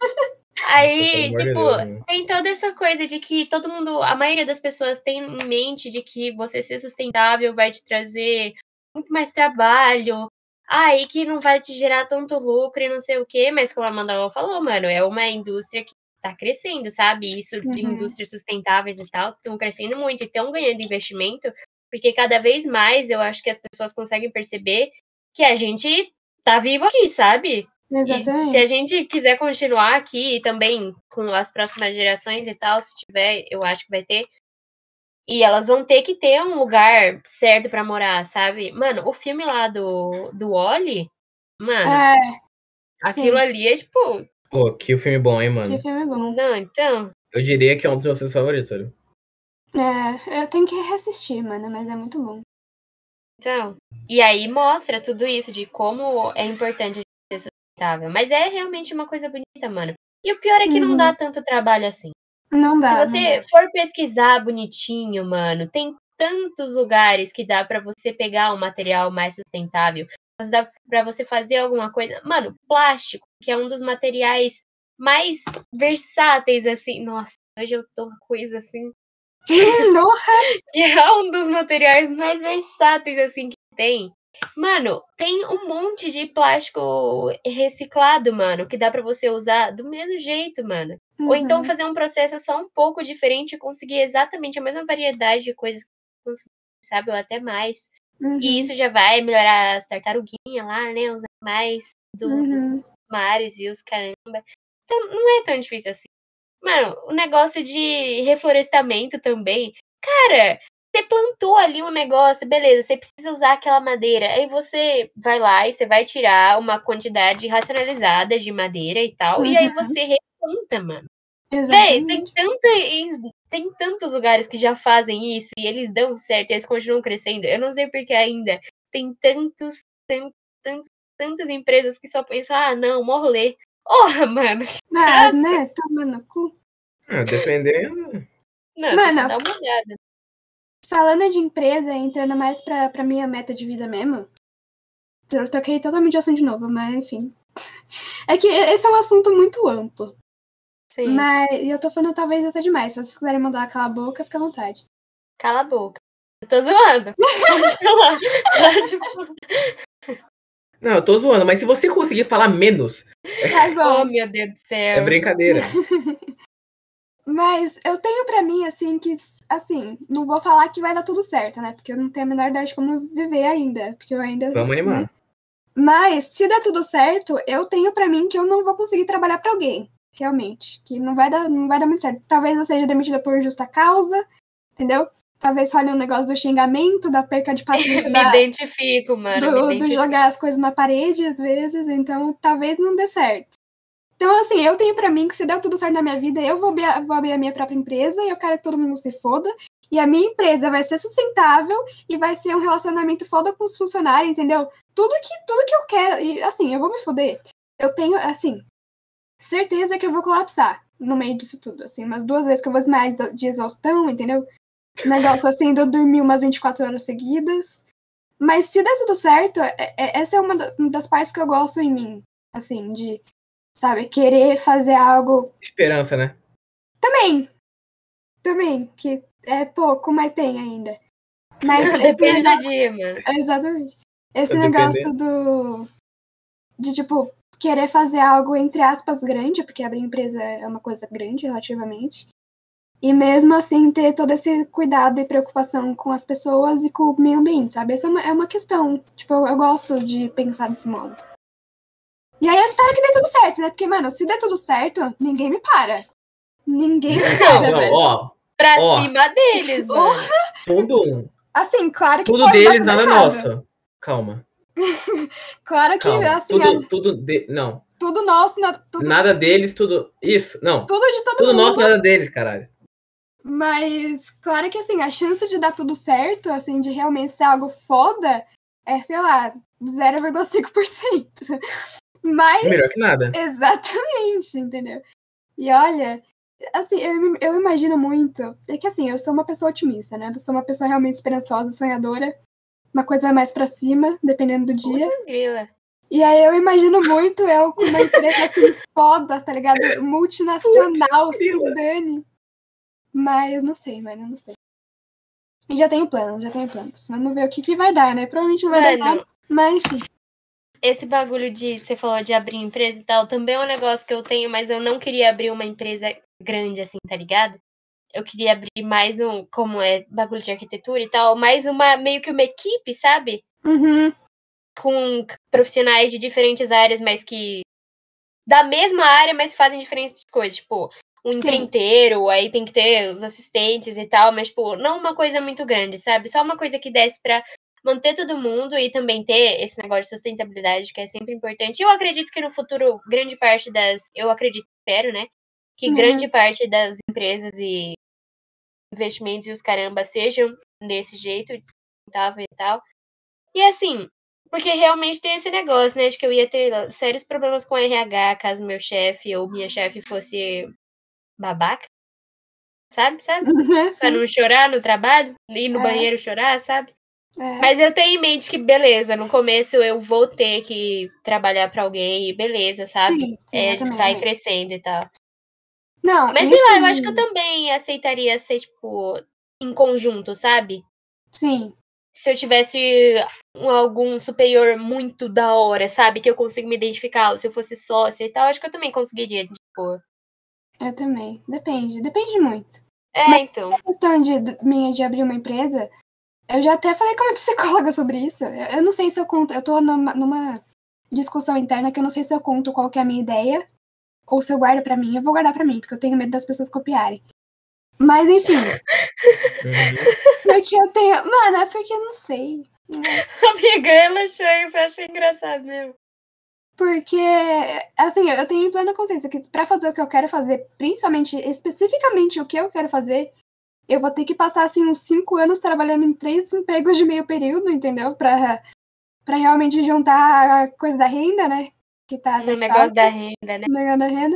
Aí,
Nossa, pelo amor de
tipo,
Deus, mano.
tem toda essa coisa de que todo mundo, a maioria das pessoas tem em mente de que você ser sustentável vai te trazer muito mais trabalho, e que não vai te gerar tanto lucro e não sei o quê, mas como a Amanda falou, mano, é uma indústria que tá crescendo, sabe? Isso de indústrias sustentáveis e tal, estão crescendo muito e estão ganhando investimento, porque cada vez mais eu acho que as pessoas conseguem perceber que a gente tá vivo aqui, sabe? E se a
Exatamente.
gente quiser continuar aqui também com as próximas gerações e tal, se tiver, eu acho que vai ter. E elas vão ter que ter um lugar certo pra morar, sabe? Mano, o filme lá do Wall-E, mano,
É,
aquilo
sim,
ali é tipo.
Pô, que filme bom, hein,
que
mano?
filme bom.
Não, então.
Eu diria que é um dos meus filmes favoritos, olha.
Eu tenho que reassistir, mano, mas é muito bom.
Então. E aí mostra tudo isso de como é importante a gente ser sustentável. Mas é realmente uma coisa bonita, mano. E o pior é que não dá tanto trabalho assim.
Não
Se
dá, não
você
dá.
for pesquisar bonitinho, mano, tem tantos lugares que dá pra você pegar um material mais sustentável. Mas dá pra você fazer alguma coisa. Mano, plástico, que é um dos materiais mais versáteis, assim. Nossa, hoje eu tô uma coisa assim. Que é um dos materiais mais versáteis, assim, que tem. Mano, tem um monte de plástico reciclado, mano, que dá pra você usar do mesmo jeito, mano. Ou então fazer um processo só um pouco diferente e conseguir exatamente a mesma variedade de coisas que você conseguir, sabe? Ou até mais. E isso já vai melhorar as tartaruguinhas lá, né? Os animais dos mares e os caramba. Então não é tão difícil assim. Mano, o negócio de reflorestamento também. Cara, você plantou ali um negócio, beleza, você precisa usar aquela madeira. Aí você vai lá e você vai tirar uma quantidade racionalizada de madeira e tal. E aí você replanta, mano. Véi,
Exatamente.
tem tantos lugares que já fazem isso e eles dão certo e eles continuam crescendo. Eu não sei porque ainda tem tantas empresas que só pensam, não, mó rolê. Porra, mano, que graça.
Né? Toma no cu.
Dependendo.
Não, tem que
Mano,
dar uma olhada.
falando de empresa, entrando mais pra minha meta de vida mesmo, eu troquei totalmente de assunto de novo, mas enfim. É que esse é um assunto muito amplo.
Sim.
Mas eu tô falando talvez até demais. Se vocês quiserem mandar calar a boca, fica à vontade.
Cala a boca. Eu tô zoando.
Não, eu tô zoando, mas se você conseguir falar menos,
Tá
Oh,
bom.
meu Deus do
é
céu.
brincadeira.
Mas eu tenho pra mim, assim, que, assim, não vou falar que vai dar tudo certo, né? Porque eu não tenho a menor ideia de como viver ainda. Porque eu ainda.
Vamos animar.
Né? Mas, se der tudo certo, eu tenho pra mim que eu não vou conseguir trabalhar pra alguém. Realmente. Que não vai dar muito certo. Talvez eu seja demitida por justa causa, entendeu? Talvez role um negócio do xingamento, da perca de paciência,
Me identifico, mano.
do jogar as coisas na parede, às vezes. Então, talvez não dê certo. Então, assim, eu tenho pra mim que se der tudo certo na minha vida, eu vou abrir a minha própria empresa e eu quero que todo mundo se foda. E a minha empresa vai ser sustentável e vai ser um relacionamento foda com os funcionários, entendeu? Tudo que eu quero. E, assim, eu vou me foder. Eu tenho, assim, certeza que eu vou colapsar no meio disso tudo. Assim, umas 2 vezes que eu vou mais de exaustão, entendeu? Negócio assim, de eu dormir umas 24 horas seguidas. Mas se der tudo certo, essa é uma das partes que eu gosto em mim. Assim, de, sabe, querer fazer algo.
Esperança, né?
Também, que é pouco, mas tem ainda. Mas esse
Depende do
negócio.
dia, mano.
Exatamente. Esse
Tá
negócio
dependendo.
de, tipo, querer fazer algo, entre aspas, grande, porque abrir empresa é uma coisa grande, relativamente. E mesmo assim ter todo esse cuidado e preocupação com as pessoas e com o meio ambiente, sabe? Essa é uma questão. Tipo, eu gosto de pensar desse modo. E aí eu espero que dê tudo certo, né? Porque, mano, se der tudo certo, ninguém me para. Ninguém me para,
Não,
velho.
ó.
Pra
Ó.
cima deles, mano.
Tudo.
Assim, claro que
Tudo
pode dar
deles,
tudo
nada
errado.
nosso. Calma.
Claro que,
Calma.
assim,
Não.
tudo nosso, tudo
Nada deles, tudo. Isso, não.
de todo
Tudo nosso,
mundo.
nada deles, caralho.
Mas, claro que, assim, a chance de dar tudo certo, assim, de realmente ser algo foda, é, sei lá, 0,5%. Mas,
Melhor que nada.
exatamente, entendeu? E olha, assim, eu imagino muito. É que, assim, eu sou uma pessoa otimista, né? Eu sou uma pessoa realmente esperançosa, sonhadora. Uma coisa mais pra cima, dependendo do dia.
Putz, grila.
E aí eu imagino muito eu com uma empresa assim foda, tá ligado? Multinacional, se
grila.
dane. Mas não sei, mano, não sei. E já tenho planos, já tenho planos. Vamos ver o que vai dar, né? Provavelmente não vai dar
Mano,
nada, mas enfim.
esse bagulho de, você falou de abrir empresa e tal, também é um negócio que eu tenho, mas eu não queria abrir uma empresa grande assim, tá ligado? Eu queria abrir mais como é bagulho de arquitetura e tal, mais meio que uma equipe, sabe?
Uhum,
Com profissionais de diferentes áreas, mas que da mesma área, mas fazem diferentes coisas, tipo, um
sim.
empreiteiro, aí tem que ter os assistentes e tal, mas, tipo, não uma coisa muito grande, sabe? Só uma coisa que desse pra manter todo mundo e também ter esse negócio de sustentabilidade, que é sempre importante. Eu acredito que no futuro, grande parte eu acredito, espero, né? Que grande
Uhum,
parte das empresas e investimentos e os caramba sejam desse jeito, sustentável e tal. E assim, porque realmente tem esse negócio, né, de que eu ia ter sérios problemas com RH caso meu chefe ou minha chefe fosse babaca, sabe? Pra
sim.
não chorar no trabalho, ir no
É,
banheiro chorar, sabe?
é.
Mas eu tenho em mente que, beleza, no começo eu vou ter que trabalhar pra alguém e beleza, sabe?
Sim, eu também,
Vai
também.
crescendo e tal.
Não,
Mas sei
isso
lá, eu acho que eu
de...
também aceitaria ser, tipo, em conjunto, sabe?
Sim,
Se eu tivesse algum superior muito da hora, sabe? Que eu consigo me identificar, ou se eu fosse sócia e tal, acho que eu também conseguiria, tipo.
eu também. Depende muito.
É,
Mas
então.
a questão minha de abrir uma empresa, eu já até falei com a minha psicóloga sobre isso. Eu não sei se eu conto, eu tô numa discussão interna que eu não sei se eu conto qual que é a minha ideia ou se eu guardo pra mim. Eu vou guardar pra mim, porque eu tenho medo das pessoas copiarem. Mas enfim,
Uhum.
porque eu tenho. Mano, é porque eu não sei.
Amiga, ela achei, você acha engraçado mesmo.
Porque, assim, eu tenho em plena consciência que pra fazer o que eu quero fazer, principalmente, especificamente o que eu quero fazer, eu vou ter que passar, assim, uns 5 anos trabalhando em 3 empregos de meio período, entendeu? Pra realmente juntar a coisa da renda, né? Que tá
No
até
negócio da
falta,
renda, né?
negando a renda.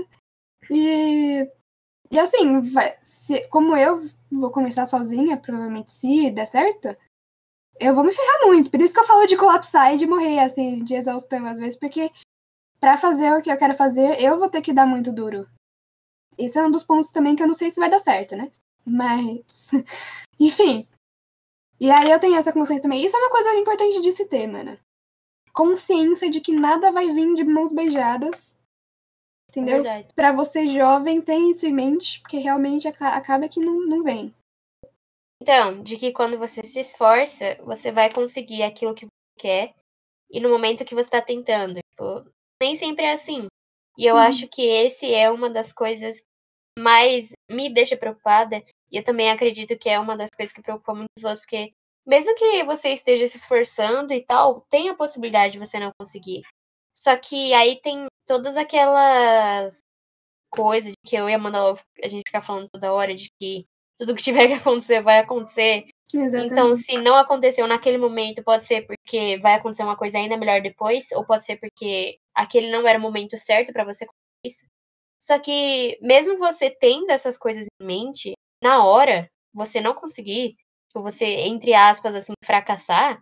E assim, como eu vou começar sozinha, provavelmente se der certo, eu vou me ferrar muito. Por isso que eu falo de colapsar e de morrer, assim, de exaustão, às vezes, porque pra fazer o que eu quero fazer, eu vou ter que dar muito duro. Esse é um dos pontos também que eu não sei se vai dar certo, né? Mas, enfim. E aí eu tenho essa consciência também. Isso é uma coisa importante de se ter, mano. Consciência de que nada vai vir de mãos beijadas, entendeu?
Verdade.
Pra você jovem, tem isso em mente, porque realmente acaba que não vem.
Então, de que quando você se esforça, você vai conseguir aquilo que você quer e no momento que você tá tentando. Tipo, nem sempre é assim. E eu acho que esse é uma das coisas que mais me deixa preocupada. E eu também acredito que é uma das coisas que preocupa muitas pessoas, porque mesmo que você esteja se esforçando e tal, tem a possibilidade de você não conseguir. Só que aí tem todas aquelas coisas de que eu e a Amanda Love, a gente fica falando toda hora de que tudo que tiver que acontecer vai acontecer. Então,
Exatamente.
se não aconteceu naquele momento, pode ser porque vai acontecer uma coisa ainda melhor depois, ou pode ser porque aquele não era o momento certo pra você conseguir isso. Só que, mesmo você tendo essas coisas em mente, na hora, você não conseguir, tipo, você, entre aspas, assim, fracassar,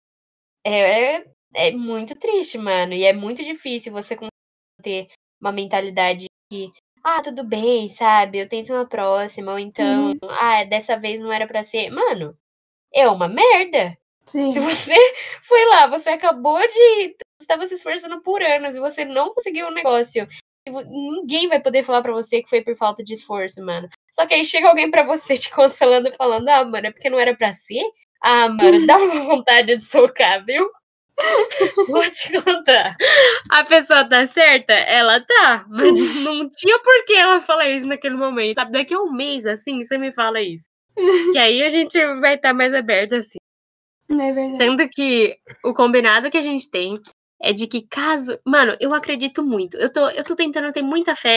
é muito triste, mano. E é muito difícil você ter uma mentalidade que, tudo bem, sabe? Eu tento uma próxima, ou então,
Uhum.
dessa vez não era pra ser. Mano, é uma merda. Se
Sim.
você foi lá, você acabou de. Você estava se esforçando por anos e você não conseguiu o negócio. Ninguém vai poder falar pra você que foi por falta de esforço, mano. Só que aí chega alguém pra você te consolando e falando: mano, é porque não era pra ser? Mano, dá uma vontade de socar, viu? Vou te contar. A pessoa tá certa? Ela tá. Mas não tinha por que ela falar isso naquele momento. Sabe, daqui a um mês, assim, você me fala isso. Que aí a gente vai estar mais aberto, assim.
É verdade.
Tanto que o combinado que a gente tem é de que caso. Mano, eu acredito muito. Eu tô tentando ter muita fé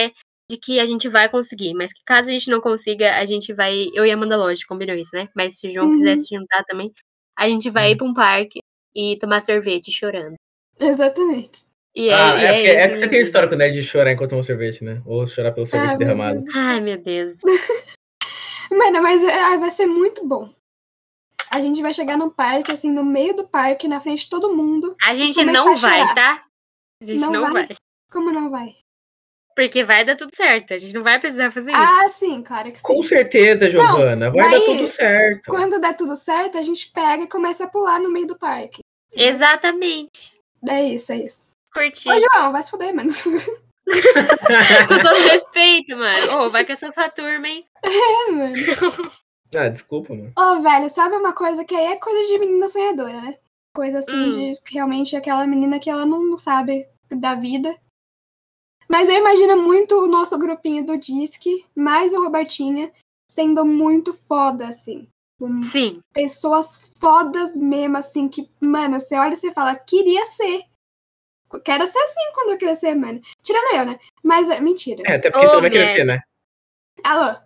de que a gente vai conseguir, mas que caso a gente não consiga, a gente vai... Eu e a Amanda, lógico, combinou isso, né? Mas se o João quiser se juntar também, a gente vai ir pra um parque e tomar sorvete chorando.
Exatamente.
E
É
isso,
que você tem histórico, né, de chorar enquanto toma sorvete, né? Ou chorar pelo sorvete derramado.
Ai, meu Deus.
Mano, mas vai ser muito bom. A gente vai chegar no parque, assim, no meio do parque, na frente de todo mundo.
A gente não vai, tá? A gente não vai.
Como não vai?
Porque vai dar tudo certo. A gente não vai precisar fazer isso.
Ah, sim, claro que sim.
Com certeza, Giovana. Vai dar tudo certo.
Quando der tudo certo, a gente pega e começa a pular no meio do parque.
Exatamente.
É isso.
Curti.
Ô, João, vai se fuder, mano.
Com todo respeito, mano. Vai com essa sua turma, hein?
Mano.
Desculpa, mano.
Velho, sabe uma coisa que aí é coisa de menina sonhadora, né? Coisa assim de realmente aquela menina que ela não sabe da vida. Mas eu imagino muito o nosso grupinho do Disque, mais o Robertinha, sendo muito foda, assim.
Sim.
Pessoas fodas mesmo, assim, que, mano, você olha e você fala, queria ser. Quero ser assim quando eu crescer, mano. Tirando eu, né? Mas, mentira.
Até porque você não vai crescer, né?
Alô?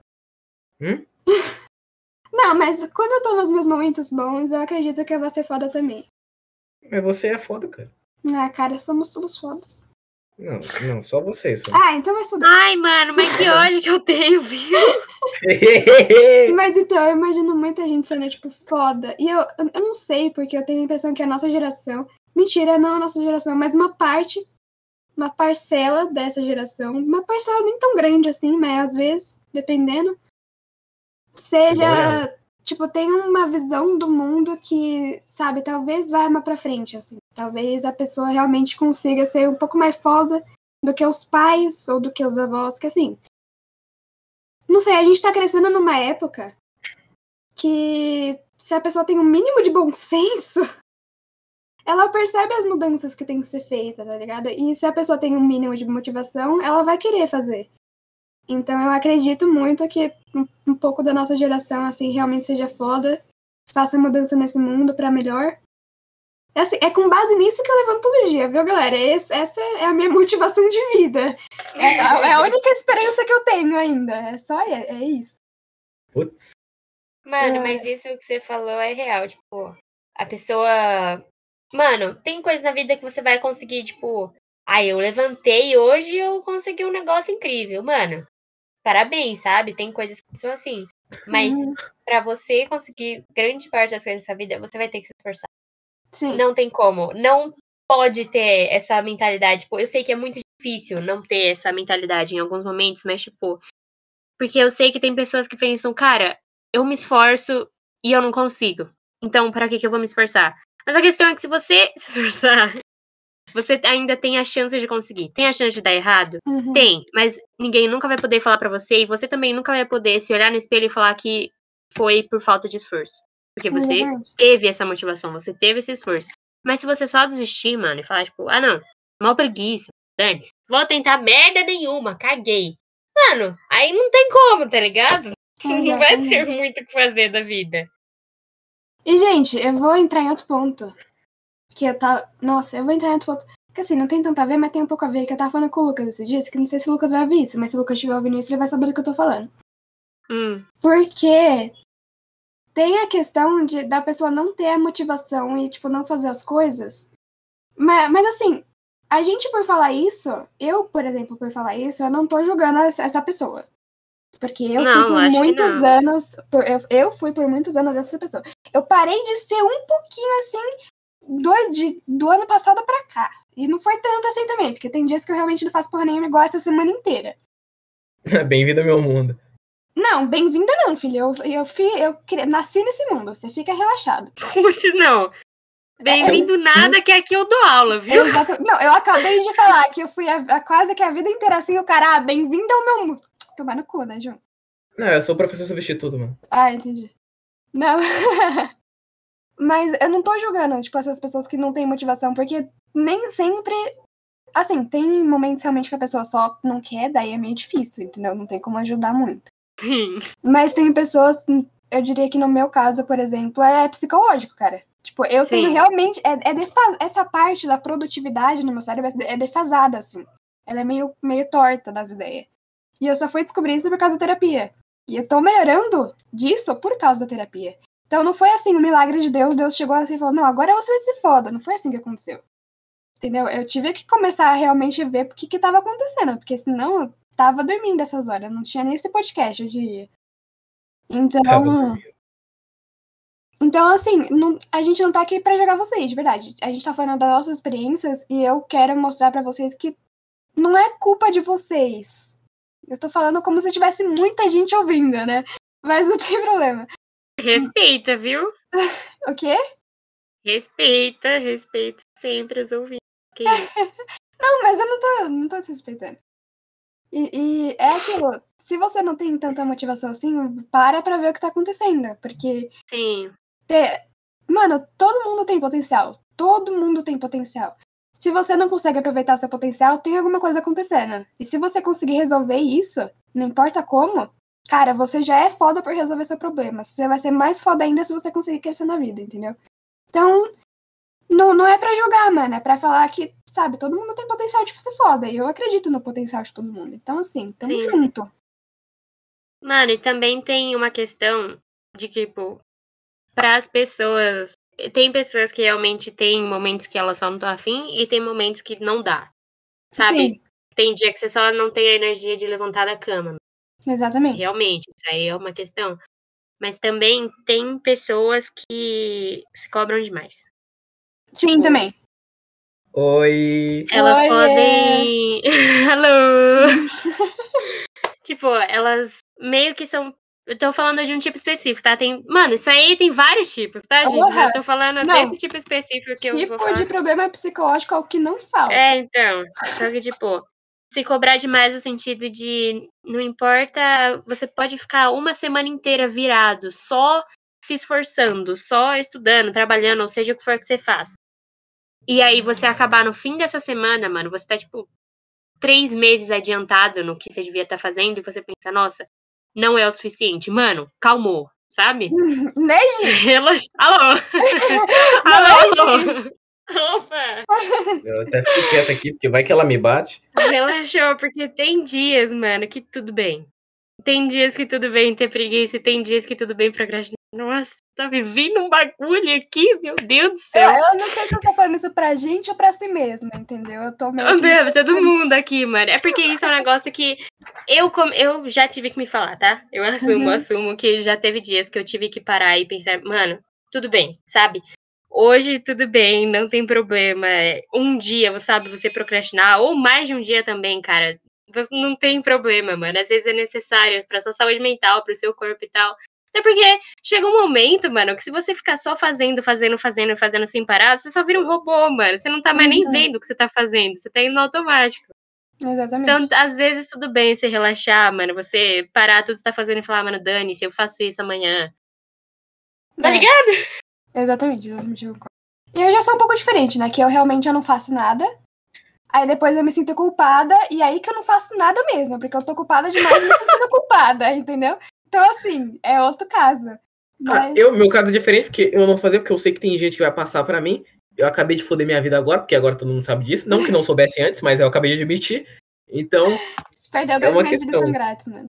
Não, mas quando eu tô nos meus momentos bons, eu acredito que eu vou ser foda também.
Mas você é foda, cara.
Cara, somos todos fodas.
Não, só você. Só.
Então vai foder.
Ai, mano, mas que ódio que eu tenho, viu?
Mas então, eu imagino muita gente sendo, tipo, foda. E eu não sei, porque eu tenho a impressão que a nossa geração... Mentira, não a nossa geração, mas uma parcela dessa geração, uma parcela nem tão grande assim, mas às vezes, dependendo, seja... Tipo, tem uma visão do mundo que, sabe, talvez vá mais pra frente, assim. Talvez a pessoa realmente consiga ser um pouco mais foda do que os pais ou do que os avós, que assim... Não sei, a gente tá crescendo numa época que se a pessoa tem um mínimo de bom senso, ela percebe as mudanças que tem que ser feitas, tá ligado? E se a pessoa tem um mínimo de motivação, ela vai querer fazer. Então eu acredito muito que um pouco da nossa geração, assim, realmente seja foda, faça mudança nesse mundo pra melhor. É com base nisso que eu levanto todo dia, viu, galera? Essa é a minha motivação de vida. É a única esperança que eu tenho ainda. É isso.
Putz.
Mano, mas isso que você falou é real. Tipo, a pessoa... Mano, tem coisas na vida que você vai conseguir, tipo... eu levantei hoje e eu consegui um negócio incrível. Mano, parabéns, sabe? Tem coisas que são assim. Mas pra você conseguir grande parte das coisas da sua vida, você vai ter que se esforçar.
Sim.
Não tem como. Não pode ter essa mentalidade. Tipo, eu sei que é muito difícil não ter essa mentalidade em alguns momentos, mas, tipo... Porque eu sei que tem pessoas que pensam, cara, eu me esforço e eu não consigo. Então, pra que eu vou me esforçar? Mas a questão é que se você se esforçar, você ainda tem a chance de conseguir. Tem a chance de dar errado? Tem. Mas ninguém nunca vai poder falar pra você. E você também nunca vai poder se olhar no espelho e falar que foi por falta de esforço. Porque você teve essa motivação, você teve esse esforço. Mas se você só desistir, mano, e falar, tipo, não, mal preguiça, dane-se, vou tentar merda nenhuma, caguei. Mano, aí não tem como, tá ligado? Não vai ter muito o que fazer da vida.
E, gente, eu vou entrar em outro ponto. Nossa, eu vou entrar em outro ponto. Porque assim, não tem tanto a ver, mas tem um pouco a ver. Que eu tava falando com o Lucas esses dias, que não sei se o Lucas vai ouvir isso, mas se o Lucas estiver ouvindo isso, ele vai saber do que eu tô falando. Porque tem a questão da pessoa não ter a motivação e, tipo, não fazer as coisas. Mas assim, a gente por falar isso, eu, por exemplo, por falar isso, eu não tô julgando essa pessoa. Porque eu fui por muitos anos. Eu fui por muitos anos essa pessoa. Eu parei de ser um pouquinho assim do ano passado pra cá. E não foi tanto assim também, porque tem dias que eu realmente não faço porra nenhuma igual essa semana inteira.
Bem-vindo ao meu mundo.
Não, bem-vinda não, filho. Eu nasci nesse mundo, você fica relaxado.
Putz, não. Bem-vindo nada, que aqui eu dou aula, viu?
Exato. Não, eu acabei de falar que eu fui quase que a vida inteira assim, o cara, bem-vindo ao meu mundo. Tomar no cu, né, João?
Não, eu sou professor substituto, mano.
Entendi. Não. Mas eu não tô julgando, tipo, essas pessoas que não têm motivação, porque nem sempre... Assim, tem momentos realmente que a pessoa só não quer, daí é meio difícil, entendeu? Não tem como ajudar muito.
Sim.
Mas tem pessoas, eu diria que no meu caso, por exemplo, é psicológico, cara. Tipo, eu tenho realmente... Essa parte da produtividade no meu cérebro é defasada, assim. Ela é meio torta das ideias. E eu só fui descobrir isso por causa da terapia. E eu tô melhorando disso por causa da terapia. Então não foi assim, um milagre de Deus, Deus chegou assim e falou, não, agora você vai ser foda. Não foi assim que aconteceu. Entendeu? Eu tive que começar a realmente ver o que tava acontecendo, porque senão eu tava dormindo essas horas, não tinha nem esse podcast de ir. Então, assim, a gente não tá aqui pra jogar vocês, de verdade. A gente tá falando das nossas experiências e eu quero mostrar pra vocês que não é culpa de vocês. Eu tô falando como se tivesse muita gente ouvindo, né? Mas não tem problema.
Respeita, viu?
O quê?
Respeita sempre os ouvintes. Que isso?
Não, mas eu não tô desrespeitando. E é aquilo, se você não tem tanta motivação assim, para pra ver o que tá acontecendo. Porque,
Sim.
mano, todo mundo tem potencial. Todo mundo tem potencial. Se você não consegue aproveitar o seu potencial, tem alguma coisa acontecendo. E se você conseguir resolver isso, não importa como, cara, você já é foda por resolver seu problema. Você vai ser mais foda ainda se você conseguir crescer na vida, entendeu? Então, não é pra julgar, mano. É pra falar que, sabe, todo mundo tem potencial de ser foda. E eu acredito no potencial de todo mundo. Então, assim, tamo junto. Sim.
Mano, e também tem uma questão de, tipo, pras pessoas... Tem pessoas que realmente tem momentos que elas só não estão afim e tem momentos que não dá. Sabe?
Sim.
Tem dia que você só não tem a energia de levantar da cama.
Exatamente.
Realmente, isso aí é uma questão. Mas também tem pessoas que se cobram demais.
Sim, tipo, também.
Oi.
Elas podem... Alô! Tipo, elas meio que são... Eu tô falando de um tipo específico, tá? Mano, isso aí tem vários tipos, tá, gente? Eu tô falando desse tipo específico que eu vou falar.
Tipo de problema psicológico é o que não falta.
É, então. Só que, tipo, se cobrar demais no sentido de... Não importa... Você pode ficar uma semana inteira virado, só se esforçando, só estudando, trabalhando, ou seja o que for que você faça. E aí você acabar no fim dessa semana, mano, você tá, tipo, 3 meses adiantado no que você devia estar fazendo e você pensa, nossa, não é o suficiente. Mano, calmou, sabe?
Né, Gi?
Alô? Alô? Opa!
Eu até fico quieto aqui, porque vai que ela me bate.
Relaxou, porque tem dias, mano, que tudo bem. Tem dias que tudo bem ter preguiça e tem dias que tudo bem procrastinar. Nossa, tá vivendo um bagulho aqui, meu Deus do céu.
Eu não sei se você tá falando isso pra gente ou pra si mesma, entendeu? Eu tô meio
que... Todo mundo aqui, mano. É porque isso é um negócio que eu já tive que me falar, tá? Eu assumo que já teve dias que eu tive que parar e pensar, mano, tudo bem, sabe? Hoje tudo bem, não tem problema. Um dia, sabe, você procrastinar, ou mais de um dia também, cara. Não tem problema, mano. Às vezes é necessário pra sua saúde mental, pro seu corpo e tal. Até porque chega um momento, mano, que se você ficar só fazendo sem parar, você só vira um robô, mano. Você não tá mais nem vendo o que você tá fazendo. Você tá indo no automático.
Exatamente.
Então, às vezes, tudo bem você relaxar, mano. Você parar tudo que você tá fazendo e falar, mano, dane-se, eu faço isso amanhã. Tá ligado?
Exatamente. E eu já sou um pouco diferente, né? Que eu realmente não faço nada. Aí depois eu me sinto culpada, e aí que eu não faço nada mesmo, porque eu tô culpada demais me sentindo culpada, entendeu? Então, assim, é outro caso. Mas...
meu caso é diferente, porque eu não vou fazer, porque eu sei que tem gente que vai passar pra mim. Eu acabei de foder minha vida agora, porque agora todo mundo sabe disso. Não que não soubesse antes, mas eu acabei de admitir. Então,
você perdeu 2 meses de lição grátis, mano.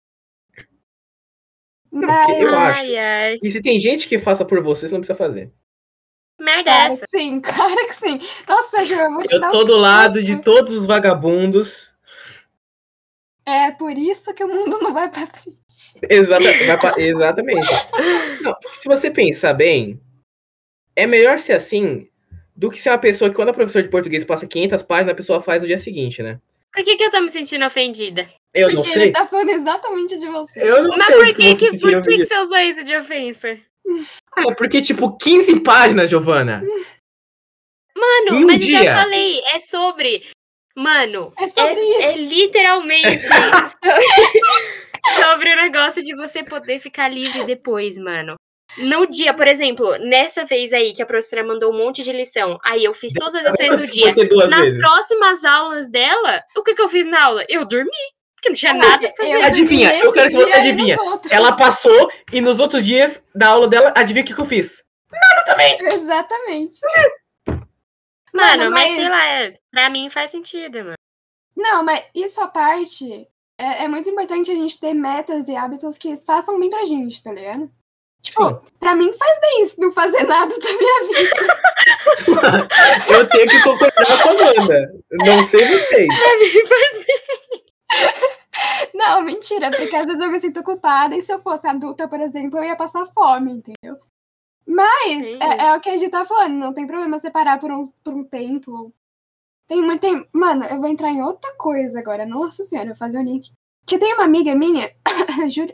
Não, eu acho. E se tem gente que faça por você, você não precisa fazer.
Merda é essa.
Sim, claro que sim. Nossa, Ju, eu vou te dar
um... Eu tô do lado de todos os vagabundos.
É por isso que o mundo não vai pra frente.
Exatamente. Não, se você pensar bem, é melhor ser assim do que ser uma pessoa que quando a professora de português passa 500 páginas, a pessoa faz no dia seguinte, né?
Por que eu tô me sentindo ofendida?
Eu não sei.
Porque ele tá falando exatamente de você.
Eu não
Mas
sei
por que você usou isso de ofensa?
Porque, tipo, 15 páginas, Giovana.
Mano, mas eu já falei, é sobre... Mano,
é sobre isso.
É literalmente sobre o negócio de você poder ficar livre depois, mano. No dia, por exemplo, nessa vez aí que a professora mandou um monte de lição, aí eu fiz todas as lições do dia. Nas próximas aulas dela, o que eu fiz na aula? Eu dormi, porque não tinha nada pra fazer.
Adivinha, eu quero que você adivinha. Ela passou e nos outros dias da aula dela, adivinha o que eu fiz? Nada também.
Exatamente.
Mano, mas sei lá, pra mim faz sentido, mano.
Não, mas isso à parte, É muito importante a gente ter metas e hábitos que façam bem pra gente, tá ligado? Tipo, pra mim faz bem isso, não fazer nada da minha vida.
Eu tenho que concordar com a Amanda. Não sei vocês.
Pra mim faz bem.
Não, mentira, porque às vezes eu me sinto culpada e se eu fosse adulta, por exemplo, eu ia passar fome, entendeu? Mas é o que a gente tá falando, não tem problema separar por um tempo. Mano, eu vou entrar em outra coisa agora. Nossa senhora, eu vou fazer o link. Que tem uma amiga minha, juro,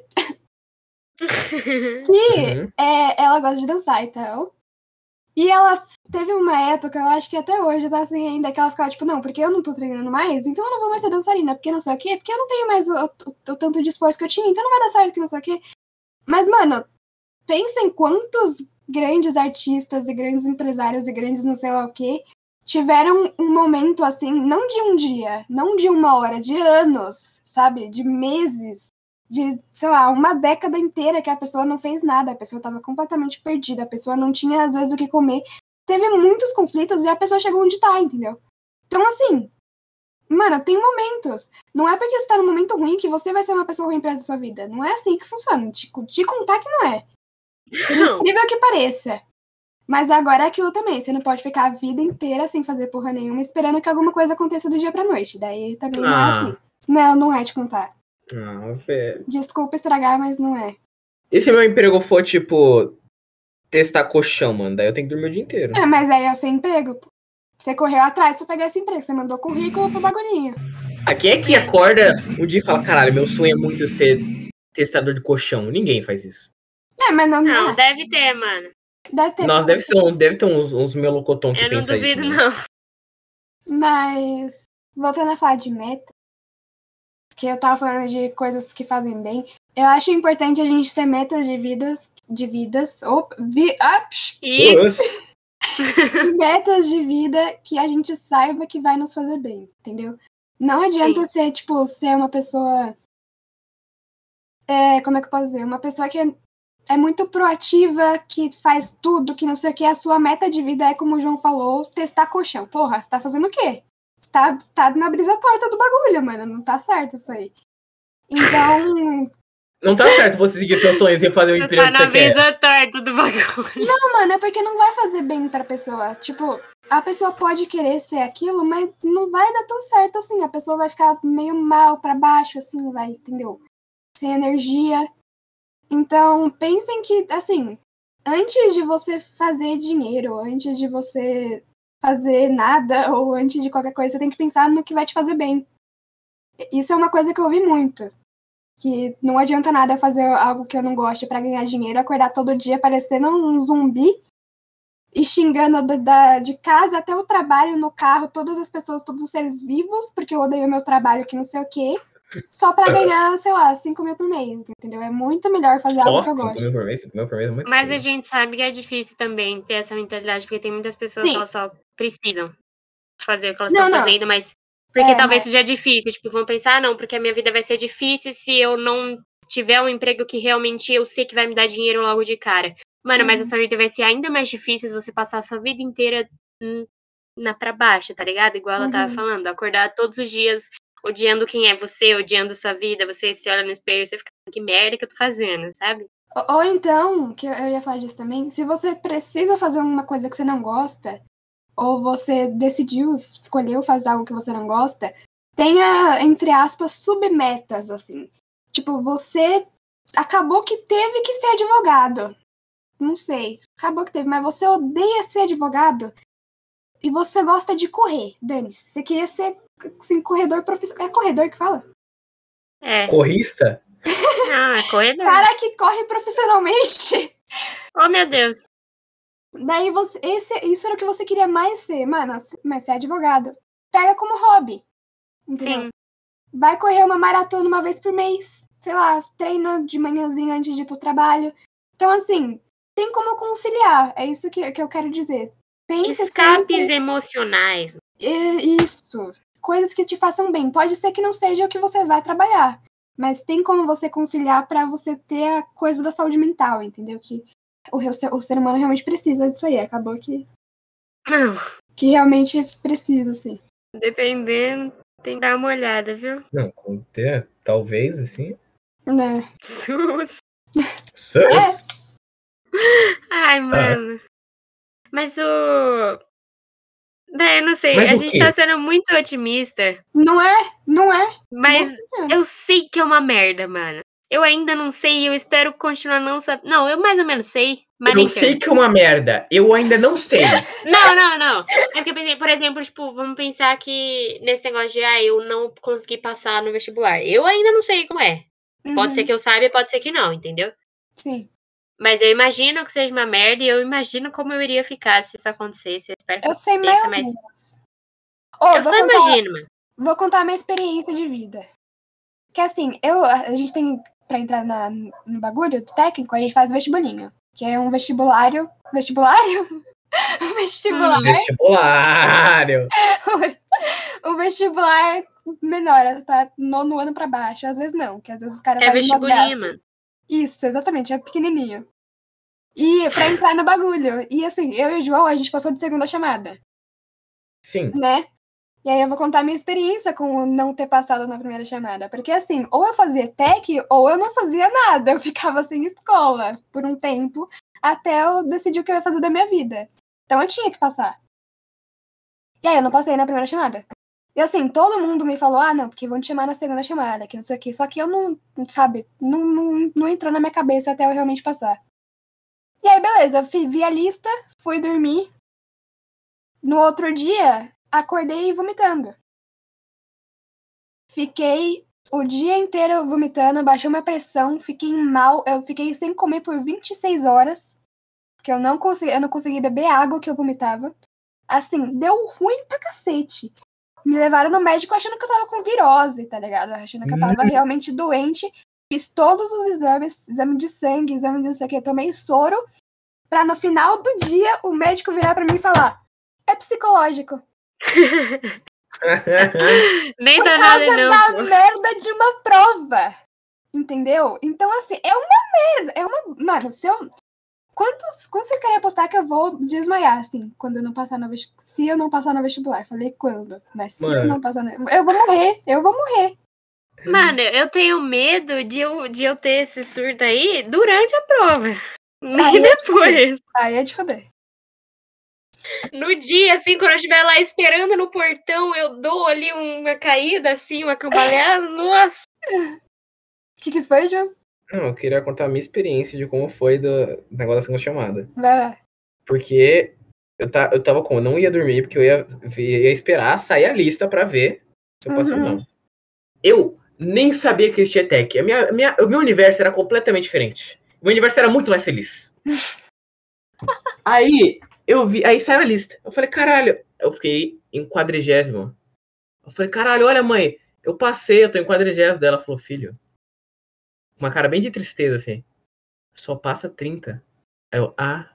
que ela gosta de dançar e tal. E ela teve uma época, eu acho que até hoje tá assim ainda, que ela ficava tipo, não, porque eu não tô treinando mais, então eu não vou mais ser dançarina, porque não sei o quê, porque eu não tenho mais o tanto de esforço que eu tinha, então não vai dar certo, que não sei o quê. Mas, mano, pensa em quantos grandes artistas e grandes empresários e grandes não sei lá o quê tiveram um momento assim, não de um dia, não de uma hora, de anos, sabe? De meses, de, sei lá, uma década inteira que a pessoa não fez nada, a pessoa estava completamente perdida, a pessoa não tinha, às vezes, o que comer. Teve muitos conflitos e a pessoa chegou onde tá, entendeu? Então, assim, mano, tem momentos. Não é porque você tá num momento ruim que você vai ser uma pessoa ruim pra sua vida. Não é assim que funciona. Te contar que não é. Por incrível que pareça. Mas agora é aquilo também. Você não pode ficar a vida inteira sem fazer porra nenhuma, esperando que alguma coisa aconteça do dia pra noite. Daí também não é assim. Não é te contar.
Velho.
Desculpa estragar, mas não é.
E se meu emprego for, tipo, testar colchão, mano? Daí eu tenho que dormir o dia inteiro.
Mas aí é o seu emprego, pô. Você correu atrás pra pegar esse emprego. Você mandou currículo pro bagulhinho.
Quem é que acorda um dia e fala, caralho, meu sonho é muito ser testador de colchão? Ninguém faz isso.
Mas não.
Não, deve ter, mano.
Deve ter.
Nossa, deve ter uns melocotão que
Eu não
pensa isso.
duvido,
Né?
não.
Mas, voltando a falar de meta, que eu tava falando de coisas que fazem bem, eu acho importante a gente ter metas de vidas.
Isso.
Metas de vida que a gente saiba que vai nos fazer bem, entendeu? Não adianta ser uma pessoa. Como é que eu posso dizer? Uma pessoa que é muito proativa, que faz tudo, que não sei o que. A sua meta de vida é, como o João falou, testar colchão. Porra, você tá fazendo o quê? Você tá na brisa torta do bagulho, mano. Não tá certo isso aí. Então.
Não tá certo você seguir seus sonhos e fazer o emprego que você quer.
Tá na brisa torta do bagulho.
Não, mano, é porque não vai fazer bem pra pessoa. Tipo, a pessoa pode querer ser aquilo, mas não vai dar tão certo assim. A pessoa vai ficar meio mal pra baixo, assim, vai, entendeu? Sem energia. Então, pensem que, assim, antes de você fazer dinheiro, antes de você fazer nada, ou antes de qualquer coisa, você tem que pensar no que vai te fazer bem. Isso é uma coisa que eu ouvi muito. Que não adianta nada fazer algo que eu não gosto pra ganhar dinheiro, acordar todo dia parecendo um zumbi e xingando de casa até o trabalho, no carro, todas as pessoas, todos os seres vivos, porque eu odeio meu trabalho, que não sei o quê, só pra ganhar, sei lá, 5 mil por mês, entendeu? É muito melhor fazer algo que eu gosto.
5 mil por mês? 5 mil por mês é muito
Mas
coisa.
a gente sabe que é difícil também ter essa mentalidade, porque tem muitas pessoas que elas só precisam fazer o que elas estão fazendo, mas porque talvez seja difícil, tipo, vão pensar, não, porque a minha vida vai ser difícil se eu não tiver um emprego que realmente eu sei que vai me dar dinheiro logo de cara. Mano, mas a sua vida vai ser ainda mais difícil se você passar a sua vida inteira pra baixo, tá ligado? Igual ela tava falando, acordar todos os dias odiando quem é você, odiando sua vida, você se olha no espelho e você fica, que merda que eu tô fazendo, sabe?
Ou então, que eu ia falar disso também, se você precisa fazer uma coisa que você não gosta, ou você escolheu fazer algo que você não gosta, tenha, entre aspas, submetas, assim. Tipo, você acabou que teve que ser advogado. Não sei, acabou que teve, mas você odeia ser advogado e você gosta de correr, dane-se. Você queria ser, assim, corredor profissional. É corredor que fala?
É.
Corrista?
Não, é corredor.
Cara que corre profissionalmente.
Oh, meu Deus.
Daí isso era o que você queria mais ser, mano, mas ser advogado. Pega como hobby, entendeu?
Sim.
Vai correr uma maratona uma vez por mês, sei lá, treina de manhãzinha antes de ir pro trabalho. Então, assim, tem como conciliar, é isso que eu quero dizer. Pense
Escapes
sempre...
emocionais.
Isso, coisas que te façam bem. Pode ser que não seja o que você vai trabalhar, mas tem como você conciliar pra você ter a coisa da saúde mental, entendeu? Que o ser humano realmente precisa disso aí. Acabou que
Não.
realmente precisa, assim.
Dependendo. Tem que dar uma olhada, viu?
Não, talvez, assim.
Né?
Sus.
Sus.
Ai, mano. Mas o... Daí, eu não sei,
Mas
a
o
gente
quê?
tá sendo muito otimista,
Não é? Não é?
mas
Nossa Senhora.
eu sei que é uma merda, mano. Eu ainda não sei e eu espero continuar não sabendo. Não, eu mais ou menos sei, mas
Eu
nem
sei
tanto.
que é uma merda. Eu ainda não sei.
Não. É porque eu pensei, por exemplo, tipo, vamos pensar que nesse negócio de, eu não consegui passar no vestibular. Eu ainda não sei como é. Pode ser que eu saiba e pode ser que não, entendeu?
Sim.
Mas eu imagino que seja uma merda e eu imagino como eu iria ficar se isso acontecesse. Eu espero que
Eu sei
aconteça,
mais
mas
ou menos. Ô,
eu só imagino, mano.
Vou contar a minha experiência de vida. Que assim, a gente tem, pra entrar no bagulho do técnico, a gente faz o vestibulinho. Que é um vestibulário. Vestibulário? Vestibular.
Vestibulário.
O vestibular menor, tá? Nono ano pra baixo. Às vezes não, que às vezes os caras
É
fazem umas
vestibulinho,
gafas.
mano.
Isso, exatamente, é pequenininho. E pra entrar no bagulho. E assim, eu e o João, a gente passou de segunda chamada,
Sim.
né? E aí eu vou contar a minha experiência com não ter passado na primeira chamada. Porque assim, ou eu fazia tech, ou eu não fazia nada. Eu ficava sem escola por um tempo, até eu decidir o que eu ia fazer da minha vida. Então eu tinha que passar. E aí eu não passei na primeira chamada. E assim, todo mundo me falou, não, porque vão te chamar na segunda chamada, que não sei o quê. Só que eu não, sabe, não entrou na minha cabeça até eu realmente passar. E aí, beleza, vi a lista, fui dormir. No outro dia, acordei vomitando. Fiquei o dia inteiro vomitando, baixou minha pressão, fiquei mal. Eu fiquei sem comer por 26 horas, porque eu não consegui beber água que eu vomitava. Assim, deu ruim pra cacete. Me levaram no médico achando que eu tava com virose, tá ligado? Achando que eu tava realmente doente. Fiz todos os exames, exame de sangue, exame de não sei o que, tomei soro, pra no final do dia o médico virar pra mim e falar: é psicológico.
Nem
Por
tá
causa
nada, não,
da
pô.
merda de uma prova. Entendeu? Então, assim, é uma merda. Mano, quanto vocês querem apostar que eu vou desmaiar, assim, quando eu não passar no vestibular? Se eu não passar no vestibular. Falei quando. Mas se eu não passar no... Eu vou morrer.
Mano, eu tenho medo de eu ter esse surto aí durante a prova. Nem depois.
Aí é de foder.
No dia, assim, quando eu estiver lá esperando no portão, eu dou ali uma caída, assim, uma cambaleada. Nossa!
O que foi, João?
Não, eu queria contar a minha experiência de como foi do negócio da segunda chamada.
Vai lá.
Porque eu tava como? Eu não ia dormir, porque eu ia esperar sair a lista pra ver se eu passei ou não. Eu nem sabia que existia tech. O meu universo era completamente diferente. O meu universo era muito mais feliz. Aí saiu a lista. Eu falei, caralho. Eu fiquei em 40º. Eu falei, caralho, olha, mãe, eu passei, eu tô em 40º dela. Ela falou, filho, com uma cara bem de tristeza, assim, só passa 30. Aí eu,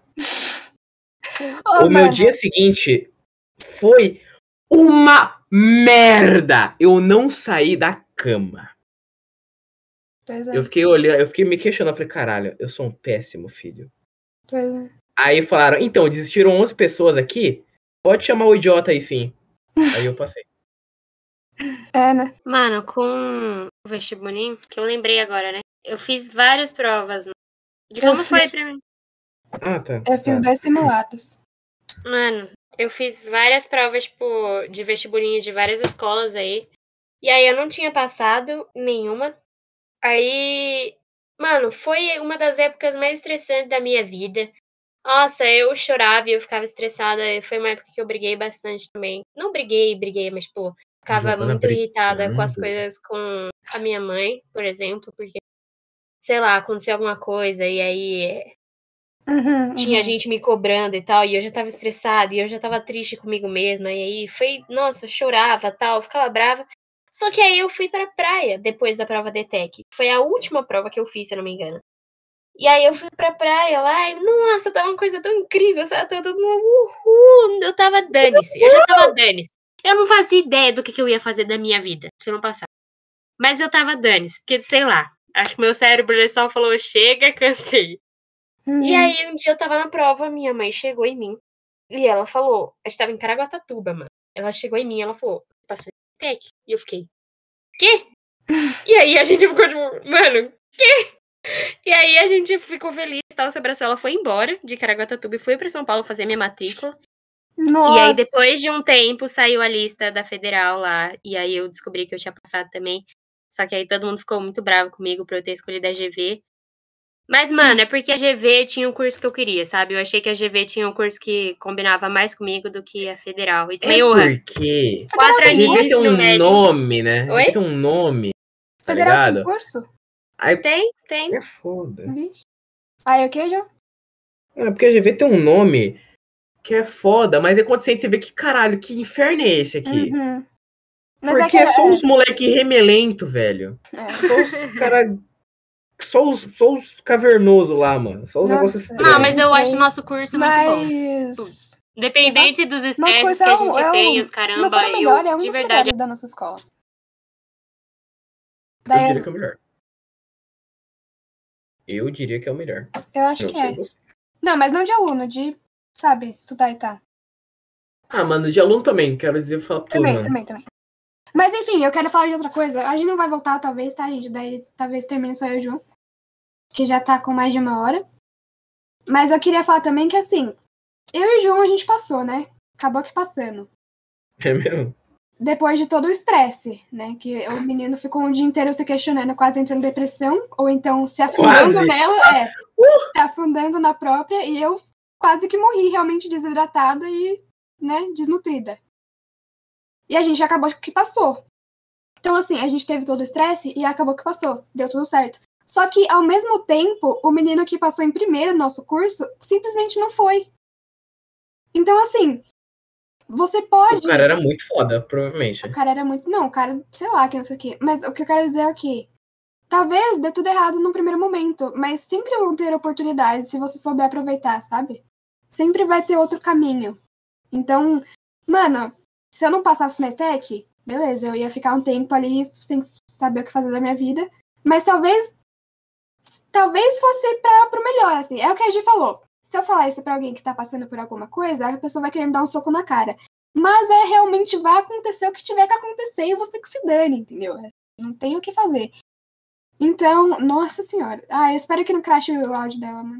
o meu dia seguinte foi uma merda. Eu não saí da cama.
Pois é.
Eu fiquei olhando, eu fiquei me questionando. Eu falei, caralho, eu sou um péssimo filho.
Pois é.
Aí falaram, então, desistiram 11 pessoas aqui. Pode chamar o idiota aí, sim. Aí eu passei.
É, né?
Mano, com o vestibulinho, que eu lembrei agora, né? Eu fiz várias provas. De como foi pra mim?
Tá.
Eu fiz 2 simulados.
Mano, eu fiz várias provas, tipo, de vestibulinho de várias escolas aí. E aí eu não tinha passado nenhuma. Aí, mano, foi uma das épocas mais estressantes da minha vida. Nossa, eu chorava e eu ficava estressada. Foi uma época que eu briguei bastante também. Não briguei, mas, tipo, ficava
Giovana
muito irritada com as
brigando.
coisas com a minha mãe, por exemplo, porque, sei lá, aconteceu alguma coisa e aí tinha gente me cobrando e tal, e eu já tava estressada, e eu já tava triste comigo mesma, e aí foi, nossa, eu chorava tal, ficava brava. Só que aí eu fui pra praia depois da prova DTEC. Foi a última prova que eu fiz, se eu não me engano. E aí eu fui pra praia lá e, nossa, tava uma coisa tão incrível, sabe? Uhul, eu tava dane-se, eu já tava dane-se. Eu não fazia ideia do que eu ia fazer da minha vida, se eu não passar. Mas eu tava dane-se, porque, sei lá, acho que meu cérebro ele só falou, chega, cansei. E aí, um dia eu tava na prova, minha mãe chegou em mim e ela falou, a gente tava em Caraguatatuba, mano. Ela chegou em mim e ela falou, passou Tech. E eu fiquei, quê? E aí a gente ficou tipo, mano, quê? E aí a gente ficou feliz e tal. Se abraçou, ela foi embora de Caraguatatuba e foi pra São Paulo fazer minha matrícula.
Nossa.
E aí, depois de um tempo, saiu a lista da federal lá. E aí eu descobri que eu tinha passado também. Só que aí todo mundo ficou muito bravo comigo por eu ter escolhido a GV. Mas, mano, é porque a GV tinha um curso que eu queria, sabe? Eu achei que a GV tinha um curso que combinava mais comigo do que a federal. E também,
porque
quatro
a
aninhos
GV
de
tem
ensino
um
médio.
nome, né? A
Oi?
GV tem um nome, tá
Federal tem
ligado?
curso?
Aí
Tem.
é foda.
Vixe. Aí o que, João?
É porque a GV tem um nome que é foda, mas é quando você vê que caralho, que inferno é esse aqui?
Uhum. Mas
Porque é só os moleque remelento, velho.
É.
Só os cara. Só os cavernosos lá, mano. Só os negócios
Nossa,
estranhos.
Ah, mas eu acho o nosso curso muito bom.
Mas.
Independente dos
Nosso
estresses
curso
que a gente tem, os
se não
caramba,
for o melhor,
eu,
é um
de
dos
verdade,
melhores da nossa escola.
Eu
Daí,
diria que é o melhor. Eu diria que é o melhor.
eu acho
Não
que
sei
é.
você.
Não, mas não de aluno, de, sabe, estudar e tá.
Ah, mano, de aluno também. Quero dizer, falar pra tudo, mano.
Também. Mas enfim, eu quero falar de outra coisa. A gente não vai voltar, talvez, tá, gente? Daí talvez termine só eu e o João. Que já tá com mais de 1 hora. Mas eu queria falar também que, assim, eu e o João a gente passou, né? Acabou que passando.
É mesmo?
Depois de todo o estresse, né? Que o menino ficou um dia inteiro se questionando, quase entrando em depressão, ou então se afundando
Quase.
nela, se afundando na própria, e eu quase que morri realmente desidratada e, né, desnutrida. E a gente acabou que passou. Então, assim, a gente teve todo o estresse e acabou que passou. Deu tudo certo. Só que, ao mesmo tempo, o menino que passou em primeiro no nosso curso simplesmente não foi. Então, assim, você pode.
O cara era muito foda, provavelmente.
O cara era muito. Não, o cara, sei lá, que não sei o quê. Mas o que eu quero dizer é que talvez dê tudo errado no primeiro momento, mas sempre vão ter oportunidades se você souber aproveitar, sabe? Sempre vai ter outro caminho. Então, mano, se eu não passasse na ETEC, beleza, eu ia ficar um tempo ali sem saber o que fazer da minha vida, mas talvez fosse pro melhor, assim. É o que a gente falou. Se eu falar isso pra alguém que tá passando por alguma coisa, a pessoa vai querer me dar um soco na cara. Mas realmente vai acontecer o que tiver que acontecer e você que se dane, entendeu? Não tem o que fazer. Então, nossa senhora. Ah, eu espero que não crache o áudio dela, mano.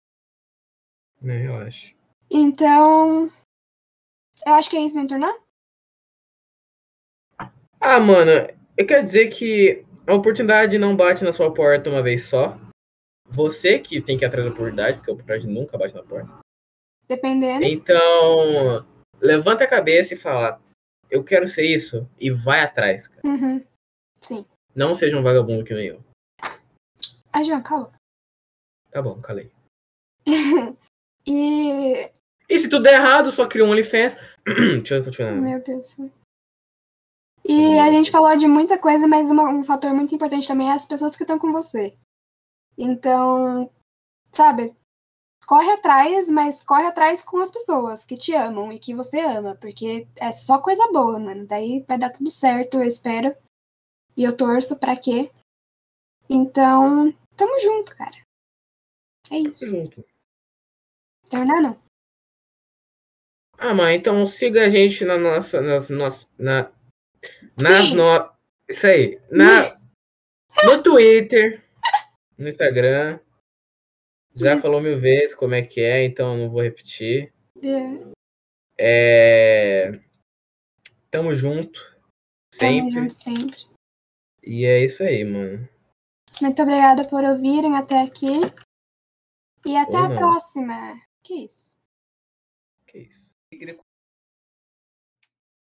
Eu acho.
Então, eu acho que é isso, vamos tornar?
Ah, mano, eu quero dizer que a oportunidade não bate na sua porta uma vez só. Você que tem que ir atrás da oportunidade, porque a oportunidade nunca bate na porta.
Dependendo.
Então, levanta a cabeça e fala, eu quero ser isso, e vai atrás, cara.
Uhum. Sim.
Não seja um vagabundo que nem eu.
Ah, João, calma.
Tá bom, calei.
E...
E se tudo der errado, só cria um OnlyFans. Deixa eu continuar.
Meu Deus. E a gente falou de muita coisa, mas um fator muito importante também é as pessoas que estão com você. Então, sabe, corre atrás, mas corre atrás com as pessoas que te amam e que você ama, porque é só coisa boa, mano. Daí vai dar tudo certo, eu espero. E eu torço pra quê. Então, tamo junto, cara. É isso.
Junto.
Terminar não.
Ah, mas então siga a gente na nossa. Isso aí. No Twitter, no Instagram. Já
Isso.
falou 1000 vezes como é que é, então não vou repetir. Tamo junto.
Tamo
Sempre.
junto sempre.
E é isso aí, mano.
Muito obrigada por ouvirem até aqui. E até
Ou
a
não.
próxima. Que isso?
Que isso.